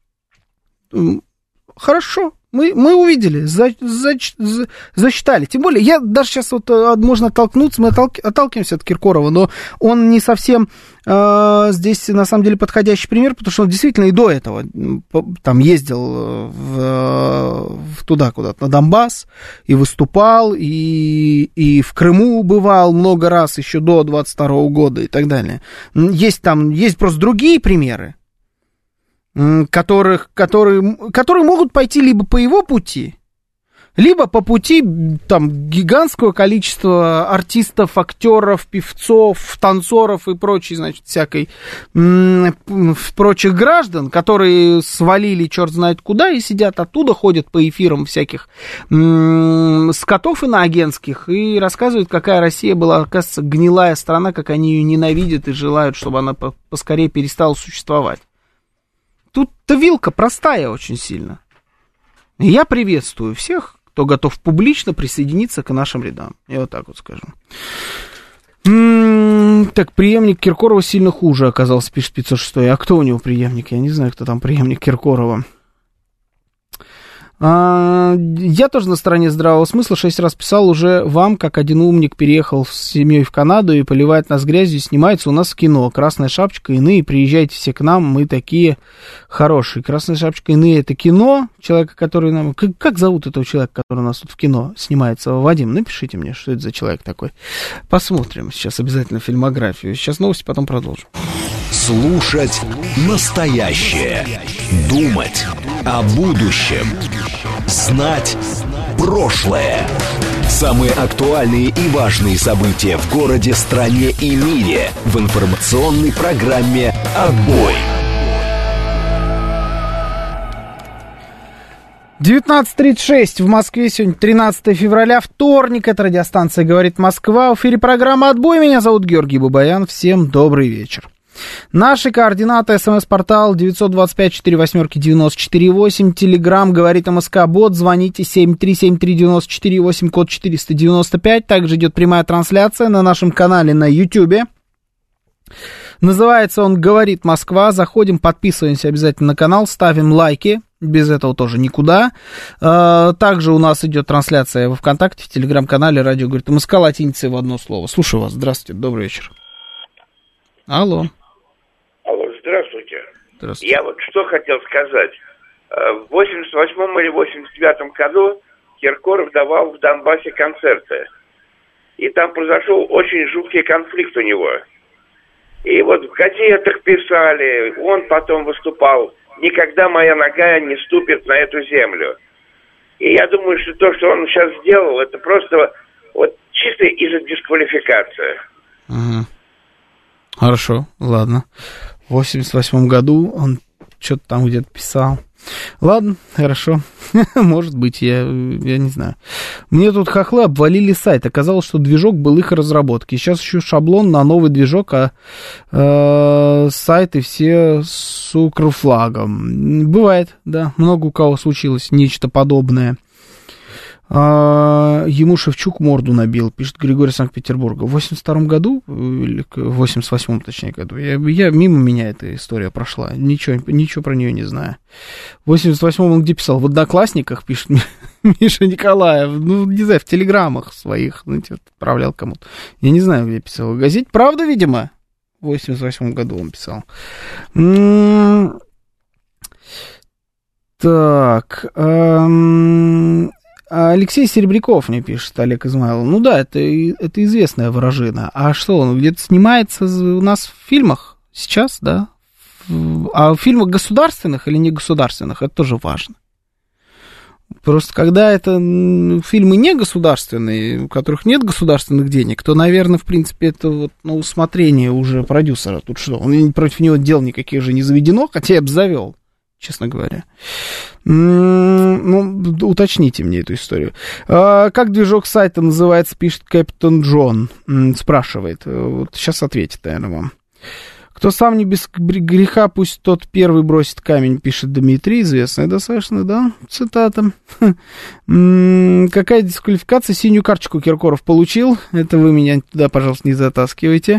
Хорошо. Мы, мы увидели, за, за, за, засчитали. Тем более, я даже сейчас вот можно оттолкнуться, мы отталки, отталкиваемся от Киркорова, но он не совсем э, здесь на самом деле подходящий пример, потому что он действительно и до этого там ездил в, в туда куда-то, на Донбасс, и выступал, и, и в Крыму бывал много раз еще до двадцать второго года и так далее. Есть там, есть просто другие примеры, Которых, которые, которые могут пойти либо по его пути, либо по пути там, гигантского количества артистов, актеров, певцов, танцоров и прочей, значит, всякой м- прочих граждан, которые свалили черт знает куда и сидят оттуда, ходят по эфирам всяких м- скотов иноагентских и рассказывают, какая Россия была, оказывается, гнилая страна, как они ее ненавидят и желают, чтобы она по- поскорее перестала существовать. Тут-то вилка простая очень сильно. И я приветствую всех, кто готов публично присоединиться к нашим рядам. Я вот так вот скажу. М-м, так, преемник Киркорова сильно хуже оказался, пишет пятьсот шесть. А кто у него преемник? Я не знаю, кто там преемник Киркорова. А, я тоже на стороне здравого смысла. Шесть раз писал уже вам, как один умник переехал с семьей в Канаду и поливает нас грязью, снимается у нас в кино. Красная шапочка, иные, приезжайте все к нам, мы такие хорошие. Красная шапочка, иные, это кино. Человека, который нам... Как, как зовут этого человека, который у нас тут в кино снимается? Вадим, напишите мне, что это за человек такой. Посмотрим сейчас обязательно фильмографию. Сейчас новости, потом продолжим. Слушать настоящее. Думать о будущем. Знать прошлое. Самые актуальные и важные события в городе, стране и мире в информационной программе «Отбой». девятнадцать тридцать шесть в Москве, сегодня тринадцатое февраля, вторник, это радиостанция «Говорит Москва», в эфире программа «Отбой», меня зовут Георгий Бабаян, всем добрый вечер. Наши координаты: смс-портал девять два пять четыре восемь девять четыре восемь, телеграм «Говорит МСК Бот», звоните семь три семь три девять четыре восемь, код четыреста девяносто пять, также идет прямая трансляция на нашем канале на Ютьюбе. Называется он «Говорит Москва», заходим, подписываемся обязательно на канал, ставим лайки, без этого тоже никуда. Также у нас идет трансляция во ВКонтакте, в телеграм-канале «Радио Говорит МСК», латиницей в одно слово. Слушаю вас, здравствуйте, добрый вечер. Алло. Алло, здравствуйте. Здравствуйте. Я вот что хотел сказать. В восемьдесят восьмом или восемьдесят девятом году Киркоров давал в Донбассе концерты. И там произошел очень жуткий конфликт у него. И вот в газетах писали, он потом выступал: «Никогда моя нога не ступит на эту землю». И я думаю, что то, что он сейчас сделал, это просто вот чисто из-за дисквалификации. Угу. Хорошо, ладно. В восемьдесят восьмом году он что-то там где-то писал. Ладно, хорошо. Может быть, я, я не знаю. Мне тут хохлы обвалили сайт. Оказалось, что движок был их разработки. Сейчас ищу шаблон на новый движок, а э, сайты все с укрфлагом. Бывает, да. Много у кого случилось нечто подобное. А, ему Шевчук морду набил, пишет Григорий Санкт-Петербурга. В восемьдесят втором году, или в восемьдесят восьмом, точнее, году, я, я, мимо меня эта история прошла, ничего, ничего про нее не знаю. В восемьдесят восьмом он где писал? В «Одноклассниках», пишет Миша Николаев, ну, не знаю, в телеграммах своих, знаете, отправлял кому-то. Я не знаю, где писал. В газете «Правда», видимо, в восемьдесят восьмом году он писал. М-м- так, эм- Алексей Серебряков мне пишет, Олег Измайлов. Ну да, это, это известная вражина. А что, он где-то снимается у нас в фильмах сейчас, да? А в фильмах государственных или не государственных, это тоже важно. Просто когда это фильмы не государственные, у которых нет государственных денег, то, наверное, в принципе, это вот на усмотрение уже продюсера. Тут что, он против него дел никаких же не заведено, хотя я бы завел, честно говоря. Ну, уточните мне эту историю. А, как движок сайта называется, пишет Кэптон Джон, спрашивает. Вот сейчас ответит, наверное, вам. Кто сам не без греха, пусть тот первый бросит камень, пишет Дмитрий. Известная достаточно, да, цитата. Какая дисквалификация? Синюю карточку Киркоров получил. Это вы меня туда, пожалуйста, не затаскивайте.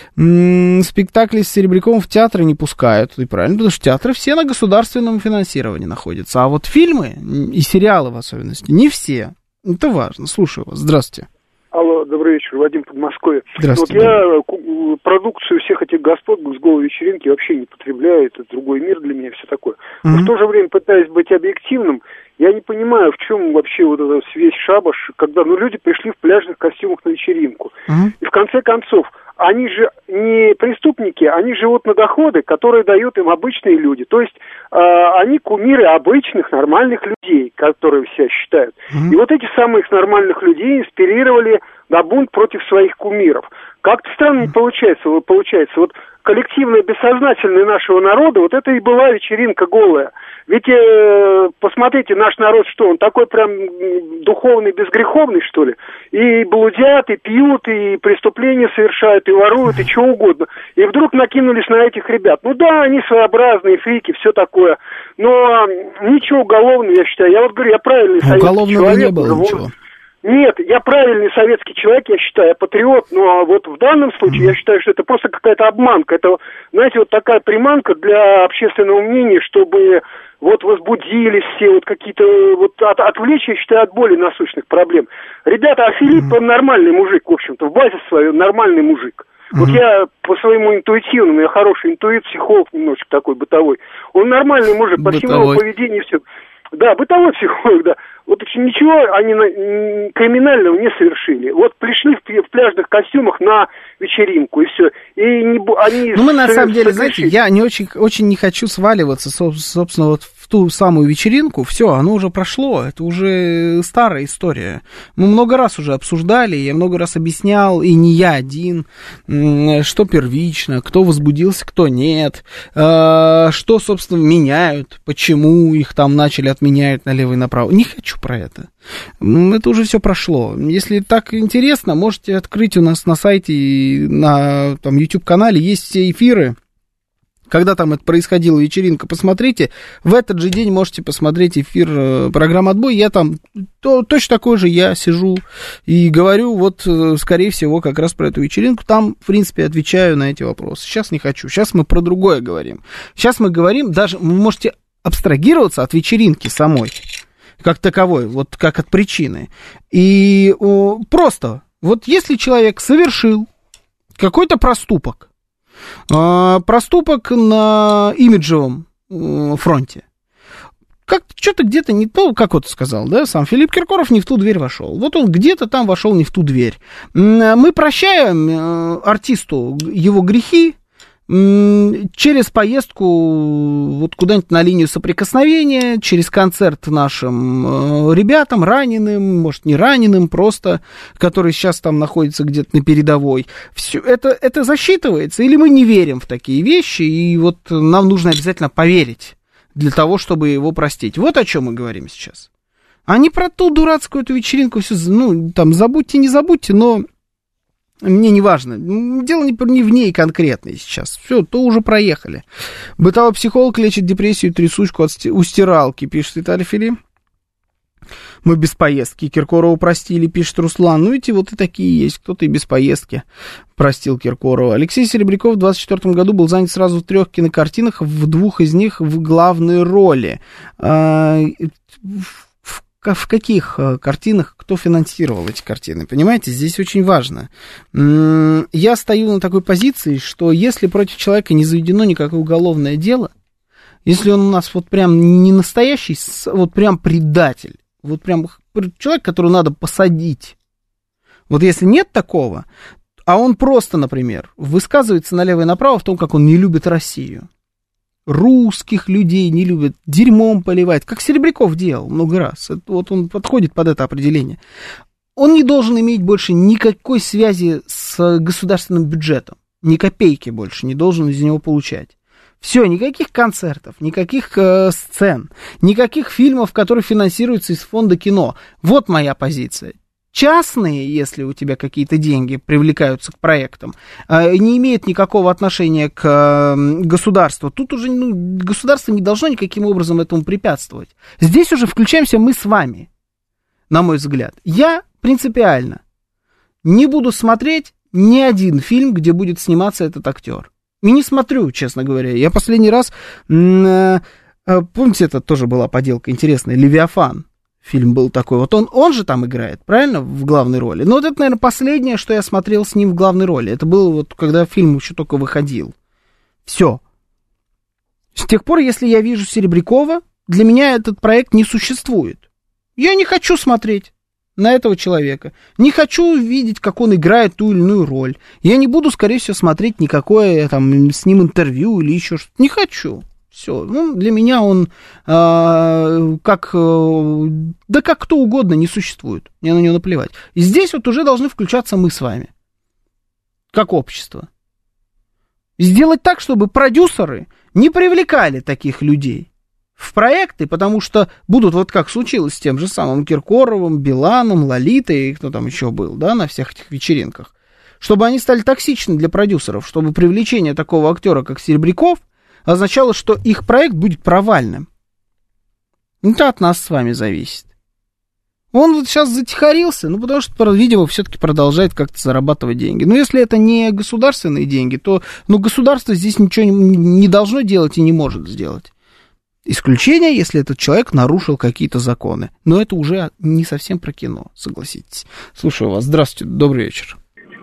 Спектакли с Серебряковым в театры не пускают. И правильно, потому что театры все на государственном финансировании находятся. А вот фильмы, и сериалы в особенности, не все. Это важно. Слушаю вас. Здравствуйте. Алло, добрый вечер, Вадим, Подмосковье. Здравствуйте. Вот я продукцию всех этих господ с голой вечеринки вообще не потребляю, это другой мир для меня, все такое. Mm-hmm. Но в то же время, пытаясь быть объективным, я не понимаю, в чем вообще вот этот весь шабаш, когда ну, люди пришли в пляжных костюмах на вечеринку. Mm-hmm. И в конце концов, они же не преступники, они живут на доходы, которые дают им обычные люди. То есть э, они кумиры обычных, нормальных людей, которые все считают. Mm-hmm. И вот эти самых нормальных людей инспирировали на бунт против своих кумиров. Как-то странно mm-hmm. получается, вот, получается, вот коллективное бессознательное нашего народа, вот это и была вечеринка голая. Ведь э, посмотрите, наш народ что, он такой прям духовный, безгреховный, что ли? И блудят, и пьют, и преступления совершают, и воруют, и чего угодно. И вдруг накинулись на этих ребят. Ну да, они своеобразные, фрики, все такое. Но ничего уголовного, я считаю. Я вот говорю, я правильный советский уголовного человек. Не было ничего. Нет, я правильный советский человек, я считаю, я патриот, но вот в данном случае я считаю, что это просто какая-то обманка. Это, знаете, вот такая приманка для общественного мнения, чтобы вот возбудились все, вот какие-то, вот от, отвлечь, я считаю, от более насущных проблем. Ребята, а Филипп, он нормальный мужик, в общем-то, в базе своей нормальный мужик. Вот я по своему интуитивному, я хороший интуит, психолог немножечко такой бытовой. Он нормальный мужик, по всему его поведению все. Да, бытовой психолог, да. Вот ничего они криминального не совершили. Вот пришли в пляжных костюмах на вечеринку, и все. И не, они ну, мы на самом деле, знаете, я не очень, очень не хочу сваливаться, собственно, вот в ту самую вечеринку. Все, оно уже прошло, это уже старая история. Мы много раз уже обсуждали, я много раз объяснял, и не я один, что первично, кто возбудился, кто нет, что, собственно, меняют, почему их там начали отменять налево и направо. Не хочу про это. Это уже все прошло. Если так интересно, можете открыть у нас на сайте, на там, YouTube-канале, есть все эфиры, когда там это происходила вечеринка, посмотрите. В этот же день можете посмотреть эфир программы «Отбой». Я там то, точно такой же, я сижу и говорю, вот, скорее всего, как раз про эту вечеринку. Там, в принципе, отвечаю на эти вопросы. Сейчас не хочу. Сейчас мы про другое говорим. Сейчас мы говорим, даже вы можете абстрагироваться от вечеринки самой, как таковой, вот как от причины. И о, просто, вот если человек совершил какой-то проступок, э, проступок на имиджевом э, фронте, как что-то где-то не то, как вот сказал, да, сам Филипп Киркоров не в ту дверь вошел. Вот он где-то там вошел не в ту дверь. Мы прощаем э, артисту его грехи через поездку вот куда-нибудь на линию соприкосновения, через концерт нашим э, ребятам, раненым, может, не раненым, просто, которые сейчас там находятся где-то на передовой. Все это, это засчитывается, или мы не верим в такие вещи, и вот нам нужно обязательно поверить для того, чтобы его простить. Вот о чем мы говорим сейчас. А не про ту дурацкую эту вечеринку, все, ну, там, забудьте, не забудьте, но мне не важно. Дело не, не в ней конкретно сейчас. Все, то уже проехали. Бытовой психолог лечит депрессию и трясучку от, у стиралки, пишет Виталий Филипп. Мы без поездки Киркорова простили, пишет Руслан. Ну, эти вот и такие есть. Кто-то и без поездки простил Киркорова. Алексей Серебряков в двадцать четвёртом году был занят сразу в трех кинокартинах, в двух из них в главной роли. В каких картинах, кто финансировал эти картины? Понимаете, здесь очень важно. Я стою на такой позиции, что если против человека не заведено никакое уголовное дело, если он у нас вот прям не настоящий, вот прям предатель, вот прям человек, которого надо посадить. Вот если нет такого, а он просто, например, высказывается налево и направо в том, как он не любит Россию. Русских людей не любит, дерьмом поливает, как Серебряков делал много раз. Это, вот он подходит под это определение. Он не должен иметь больше никакой связи с государственным бюджетом. Ни копейки больше не должен из него получать. Все, никаких концертов, никаких э, сцен, никаких фильмов, которые финансируются из фонда кино. Вот моя позиция. Частные, если у тебя какие-то деньги привлекаются к проектам, э, не имеют никакого отношения к э, государству. Тут уже ну, государство не должно никаким образом этому препятствовать. Здесь уже включаемся мы с вами, на мой взгляд. Я принципиально не буду смотреть ни один фильм, где будет сниматься этот актер. И не смотрю, честно говоря. Я последний раз... Э, э, помните, это тоже была поделка интересная. «Левиафан». Фильм был такой. Вот он, он же там играет, правильно? В главной роли. Но вот это, наверное, последнее, что я смотрел с ним в главной роли. Это было вот, когда фильм еще только выходил. Все. С тех пор, если я вижу Серебрякова, для меня этот проект не существует. Я не хочу смотреть на этого человека. Не хочу видеть, как он играет ту или иную роль. Я не буду, скорее всего, смотреть никакое там с ним интервью или еще что-то. Не хочу. Все. Ну, для меня он э, как... Э, да как кто угодно не существует. Мне на него наплевать. И здесь вот уже должны включаться мы с вами. Как общество. И сделать так, чтобы продюсеры не привлекали таких людей в проекты, потому что будут, вот как случилось с тем же самым Киркоровым, Биланом, Лолитой, и кто там еще был, да, на всех этих вечеринках, чтобы они стали токсичны для продюсеров, чтобы привлечение такого актера, как Серебряков, означало, что их проект будет провальным. Это от нас с вами зависит. Он вот сейчас затихарился, ну, потому что, видимо, все-таки продолжает как-то зарабатывать деньги. Но если это не государственные деньги, то, ну, государство здесь ничего не, не должно делать и не может сделать. Исключение, если этот человек нарушил какие-то законы. Но это уже не совсем про кино, согласитесь. Слушаю вас. Здравствуйте, добрый вечер.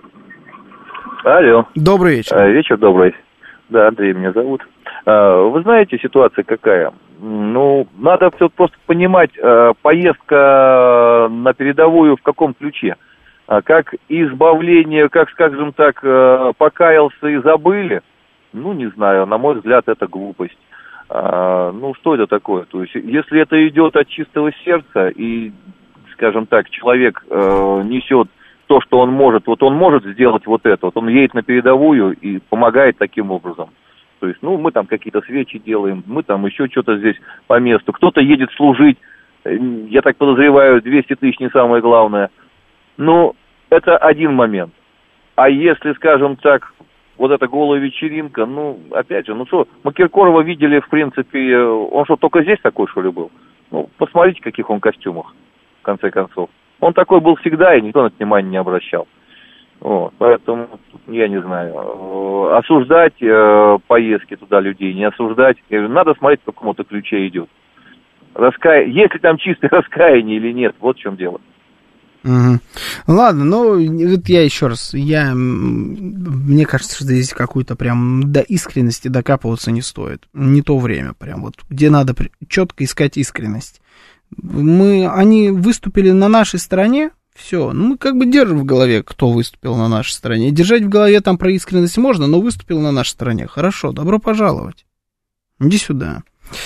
Алло. Добрый вечер. А, вечер добрый. Да, Андрей меня зовут. А, вы знаете, ситуация какая? Ну, надо все просто понимать, а, поездка на передовую в каком ключе. А, как избавление, как, скажем так, а, покаялся и забыли? Ну, не знаю, на мой взгляд, это глупость. А, ну, что это такое? То есть, если это идет от чистого сердца, и, скажем так, человек э, несет то, что он может, вот он может сделать вот это, вот он едет на передовую и помогает таким образом. То есть, ну, мы там какие-то свечи делаем, мы там еще что-то здесь по месту. Кто-то едет служить, я так подозреваю, двести тысяч не самое главное. Ну, это один момент. А если, скажем так, вот эта голая вечеринка, ну, опять же, ну что, мы Киркорова видели, в принципе, он что, только здесь такой, что ли, был? Ну, посмотрите, в каких он костюмах, в конце концов. Он такой был всегда, и никто на это внимания не обращал. Вот, поэтому, я не знаю, осуждать э, поездки туда людей, не осуждать, я говорю, надо смотреть, в каком-то ключе идет. Раская... Есть ли там чистое раскаяние или нет, вот в чем дело. Угу. Ладно, ну, вот я еще раз, я, мне кажется, что здесь какую-то прям до искренности докапываться не стоит. Не то время прям, вот, где надо четко искать искренность. Мы, они выступили на нашей стороне, все, ну, мы как бы держим в голове, кто выступил на нашей стороне. Держать в голове там про искренность можно, но выступил на нашей стороне. Хорошо, добро пожаловать. Иди сюда.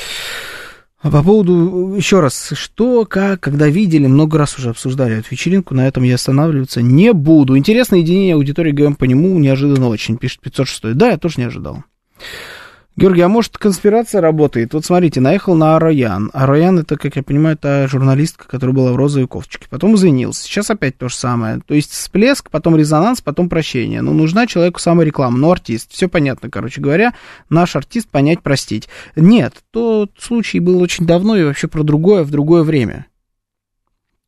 А по поводу, еще раз, что, как, когда видели, много раз уже обсуждали эту вечеринку, на этом я останавливаться не буду. Интересное единение аудитории ГМ по нему неожиданно очень, пишет пятьсот шесть. Да, я тоже не ожидал. Георгий, а может конспирация работает? Вот смотрите, наехал на Ароян. Ароян, это, как я понимаю, та журналистка, которая была в розовой кофточке. Потом извинился. Сейчас опять то же самое. То есть всплеск, потом резонанс, потом прощение. Ну, нужна человеку самореклама. Ну, артист. Все понятно, короче говоря. Наш артист понять, простить. Нет, тот случай был очень давно и вообще про другое, в другое время.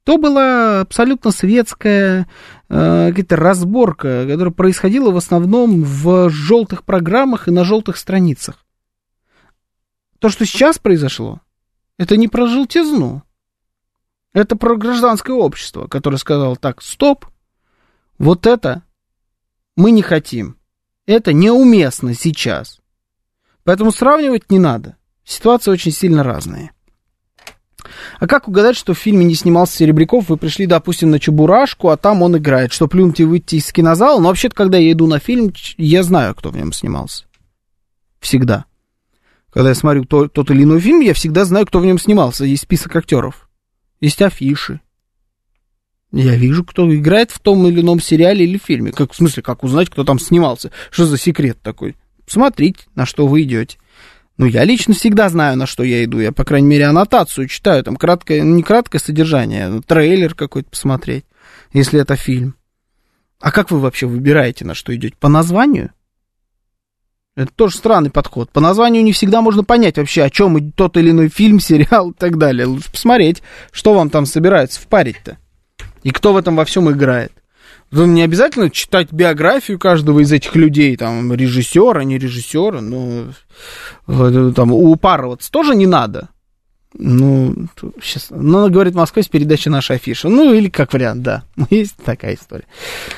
То была абсолютно светская э, какая-то разборка, которая происходила в основном в желтых программах и на желтых страницах. То, что сейчас произошло, это не про желтизну. Это про гражданское общество, которое сказало: так, стоп, вот это мы не хотим. Это неуместно сейчас. Поэтому сравнивать не надо. Ситуации очень сильно разные. А как угадать, что в фильме не снимался Серебряков? Вы пришли, допустим, на Чебурашку, а там он играет. Что, плюнуть и выйти из кинозала? Но вообще-то, когда я иду на фильм, я знаю, кто в нем снимался. Всегда. Когда я смотрю тот, тот или иной фильм, я всегда знаю, кто в нем снимался. Есть список актеров. Есть афиши. Я вижу, кто играет в том или ином сериале или фильме. Как, в смысле, как узнать, кто там снимался? Что за секрет такой? Смотрите, на что вы идете. Ну, я лично всегда знаю, на что я иду. Я, по крайней мере, аннотацию читаю. Там краткое, не краткое содержание, а трейлер какой-то посмотреть, если это фильм. А как вы вообще выбираете, на что идете? По названию? Это тоже странный подход. По названию не всегда можно понять вообще, о чем тот или иной фильм, сериал и так далее. Лучше посмотреть, что вам там собирается впарить-то. И кто в этом во всем играет. Не обязательно читать биографию каждого из этих людей, там, режиссера, не режиссера, но там, упарываться тоже не надо. Ну, сейчас, ну, говорит Москва, с передачи «Наша афиша». Ну, или как вариант, да. Есть такая история.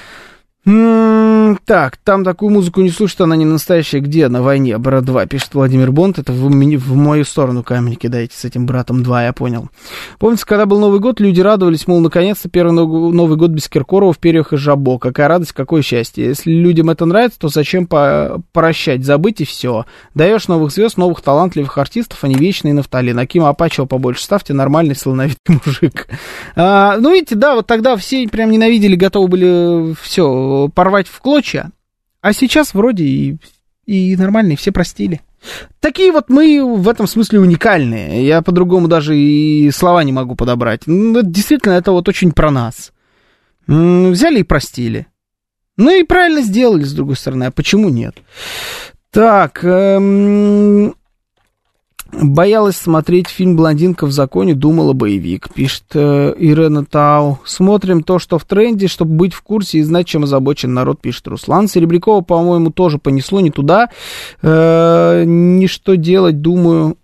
М-м, так, там такую музыку не слушают, она не настоящая. Где? На войне. Брат два, пишет Владимир Бонд. Это вы в мою сторону камень кидаете с этим братом два, я понял. Помните, когда был Новый год, люди радовались, мол, наконец-то первый Новый год без Киркорова в перьях и жабо. Какая радость, какое счастье. Если людям это нравится, то зачем по- прощать, забыть и все. Даешь новых звезд, новых талантливых артистов, а не вечный нафталин. Акима Апачева побольше ставьте, нормальный слоновитый мужик. А, ну, видите, да, вот тогда все прям ненавидели, готовы были все порвать в клочья, а сейчас вроде и, и нормальные, все простили. Такие вот мы в этом смысле уникальные. Я по-другому даже и слова не могу подобрать. Ну, действительно, это вот очень про нас. Взяли и простили. Ну и правильно сделали, с другой стороны. А почему нет? Так, эм... боялась смотреть фильм «Блондинка в законе», думала боевик, пишет э, Ирена Тау. Смотрим то, что в тренде, чтобы быть в курсе и знать, чем озабочен народ, пишет Руслан. Серебрякова, по-моему, тоже понесло не туда. Э, не что делать, думаю...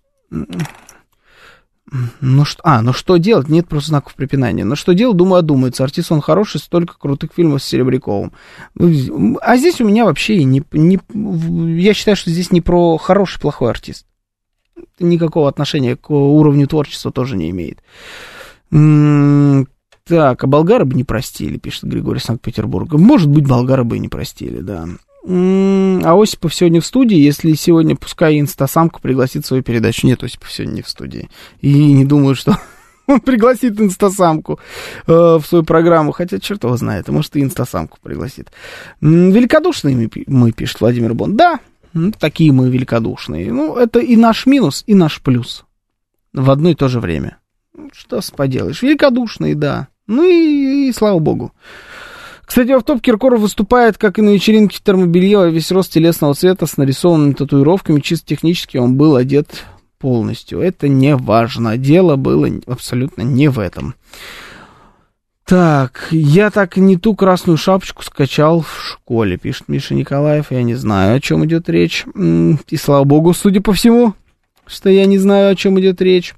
Ну что, а, ну что делать? Нет просто знаков препинания. Ну что делать? Думаю, одумается. Артист он хороший, столько крутых фильмов с Серебряковым. А здесь у меня вообще и не, не... Я считаю, что здесь не про хороший, плохой артист. Никакого отношения к уровню творчества тоже не имеет. М-м- так, а болгары бы не простили, пишет Григорий Санкт-Петербурга. Может быть, болгары бы и не простили, да. М-м- а Осипов сегодня в студии. Если сегодня, пускай инстасамку пригласит в свою передачу. Нет, Осипов сегодня не в студии. И не думаю, что он пригласит инстасамку э, в свою программу. Хотя, черт его знает, может, и инстасамку пригласит. М-м- великодушные мы, мы, пишет Владимир Бон. Да, ну, такие мы великодушные. Ну, это и наш минус, и наш плюс. В одно и то же время. Что поделаешь? Великодушные, да. Ну и, и слава богу. Кстати, в топ Киркоров выступает, как и на вечеринке в Термобелье, весь рост телесного цвета с нарисованными татуировками. Чисто технически он был одет полностью. Это не важно. Дело было абсолютно не в этом. Так, я так не ту красную шапочку скачал в школе, пишет Миша Николаев. Я не знаю, о чем идет речь. И слава богу, судя по всему, что я не знаю, о чем идет речь.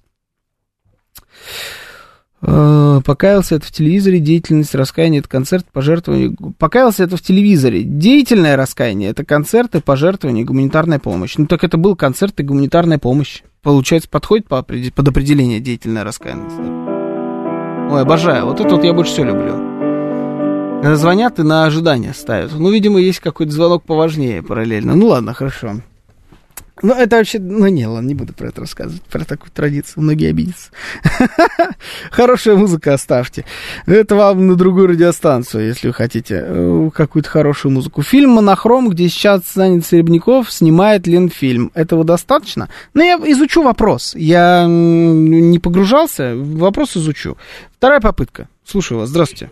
Покаялся это в телевизоре, деятельность раскаяния, это концерт, пожертвование. Покаялся это в телевизоре. Деятельное раскаяние, это концерты, пожертвования, гуманитарная помощь. Ну так это был концерт и гуманитарная помощь. Получается, подходит по, под определение деятельное раскаяние. Ой, обожаю. Вот это вот я больше всего люблю. Когда звонят и на ожидание ставят. Ну, видимо, есть какой-то звонок поважнее параллельно. Ну, ладно, хорошо. Ну, это вообще... Ну, не, ладно, не буду про это рассказывать. Про такую традицию. Многие обидятся. Хорошая музыка оставьте. Это вам на другую радиостанцию, если вы хотите какую-то хорошую музыку. Фильм «Монохром», где сейчас занят Серебряков, снимает Ленфильм. Этого достаточно? Ну, я изучу вопрос. Я не погружался. Вопрос изучу. Вторая попытка. Слушаю вас. Здравствуйте.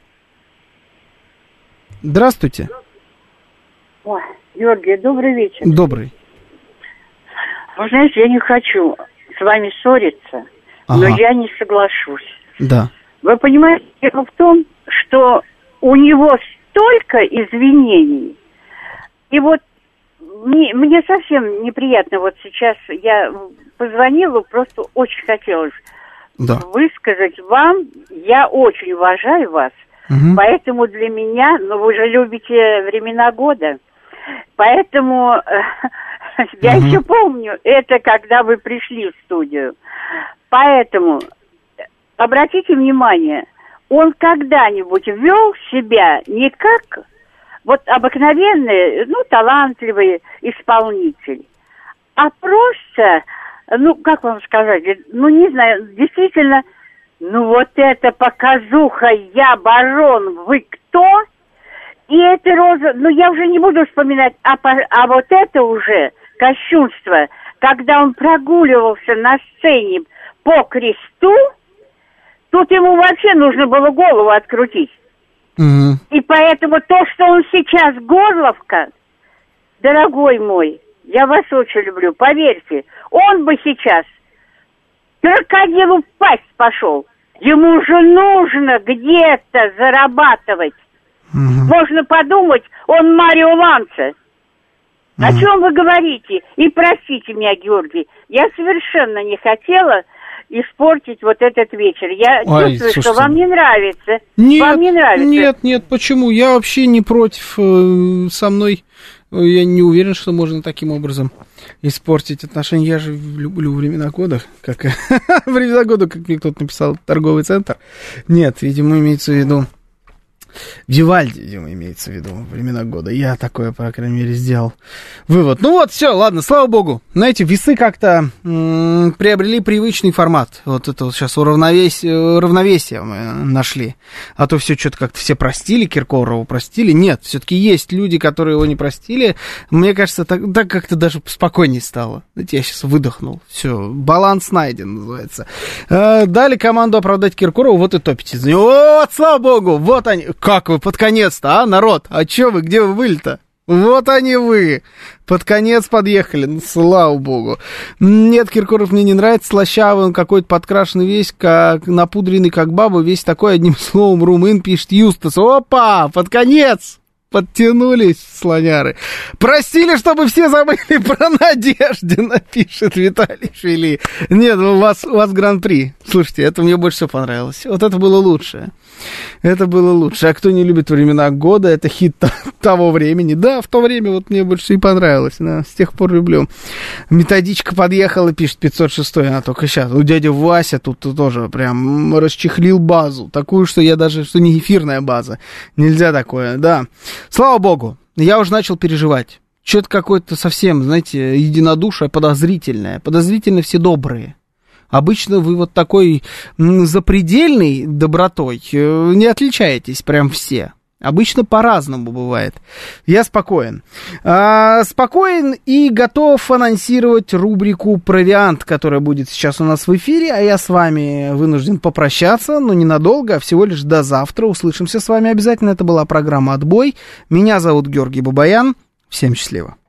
Здравствуйте. Ой, Георгий, добрый вечер. Добрый. Вы знаете, я не хочу с вами ссориться, ага. но я не соглашусь. Да. Вы понимаете, дело в том, что у него столько извинений. И вот мне, мне совсем неприятно, вот сейчас я позвонила, просто очень хотелось да. высказать вам, я очень уважаю вас, угу. поэтому для меня, ну вы же любите времена года, поэтому э, я угу. еще помню, это когда вы пришли в студию, поэтому обратите внимание, он когда-нибудь вел себя не как вот обыкновенный, ну, талантливый исполнитель, а просто, ну, как вам сказать, ну, не знаю, действительно, ну, вот это показуха, я барон, вы кто? И это роза, ну, я уже не буду вспоминать, а, а вот это уже кощунство, когда он прогуливался на сцене по кресту, тут ему вообще нужно было голову открутить. Mm-hmm. И поэтому то, что он сейчас горловка, дорогой мой, я вас очень люблю, поверьте, он бы сейчас крокодилу в пасть пошел. Ему же нужно где-то зарабатывать. Mm-hmm. Можно подумать, он Марио Ланца. Mm-hmm. О чем вы говорите? И простите меня, Георгий, я совершенно не хотела испортить вот этот вечер. Я Ой, чувствую, слушайте, что вам не нравится. Нет, вам не нравится. Нет, нет, почему? Я вообще не против. Э, со мной я не уверен, что можно таким образом испортить отношения. Я же люблю времена года. Как времена года, как мне кто-то написал, торговый центр. Нет, видимо, имеется в виду Вивальди, видимо, имеется в виду времена года. Я такое, по крайней мере, сделал вывод. Ну вот, все, ладно, слава богу. Знаете, весы как-то м- приобрели привычный формат. Вот это вот сейчас уравновесие, равновесие мы нашли. А то все что-то как-то все простили, Киркорову простили. Нет, все-таки есть люди, которые его не простили. Мне кажется, так, так как-то даже спокойнее стало. Знаете, я сейчас выдохнул. Все, баланс найден, называется. Э, дали команду оправдать Киркорову, вот и топите за него. Вот, слава богу, вот они. Как вы под конец-то, а, народ? А чё вы, где вы были-то? Вот они вы. Под конец подъехали, ну, слава богу. Нет, Киркоров мне не нравится, слащавый, он какой-то подкрашенный весь, как напудренный, как баба, весь такой, одним словом, румын, пишет Юстас. Опа, под конец. Подтянулись слоняры. Просили, чтобы все забыли про Надеждина, пишет Виталий Швили. Нет, у вас, у вас гран-при. Слушайте, это мне больше всего понравилось. Вот это было лучше. Это было лучше. А кто не любит времена года, это хит того времени. Да, в то время вот мне больше и понравилось. Да, с тех пор люблю. Методичка подъехала, пишет пятьсот шестой, она только сейчас. У дядя Вася тут тоже прям расчехлил базу. Такую, что я даже, что не эфирная база. Нельзя такое, да. Слава богу, я уже начал переживать. Что-то какое-то совсем, знаете, единодушие подозрительное. Подозрительно все добрые. Обычно вы вот такой запредельной добротой не отличаетесь прям все. Обычно по-разному бывает. Я спокоен. А, спокоен и готов анонсировать рубрику «Провиант», которая будет сейчас у нас в эфире. А я с вами вынужден попрощаться, но ненадолго, а всего лишь до завтра. Услышимся с вами обязательно. Это была программа «Отбой». Меня зовут Георгий Бабаян. Всем счастливо.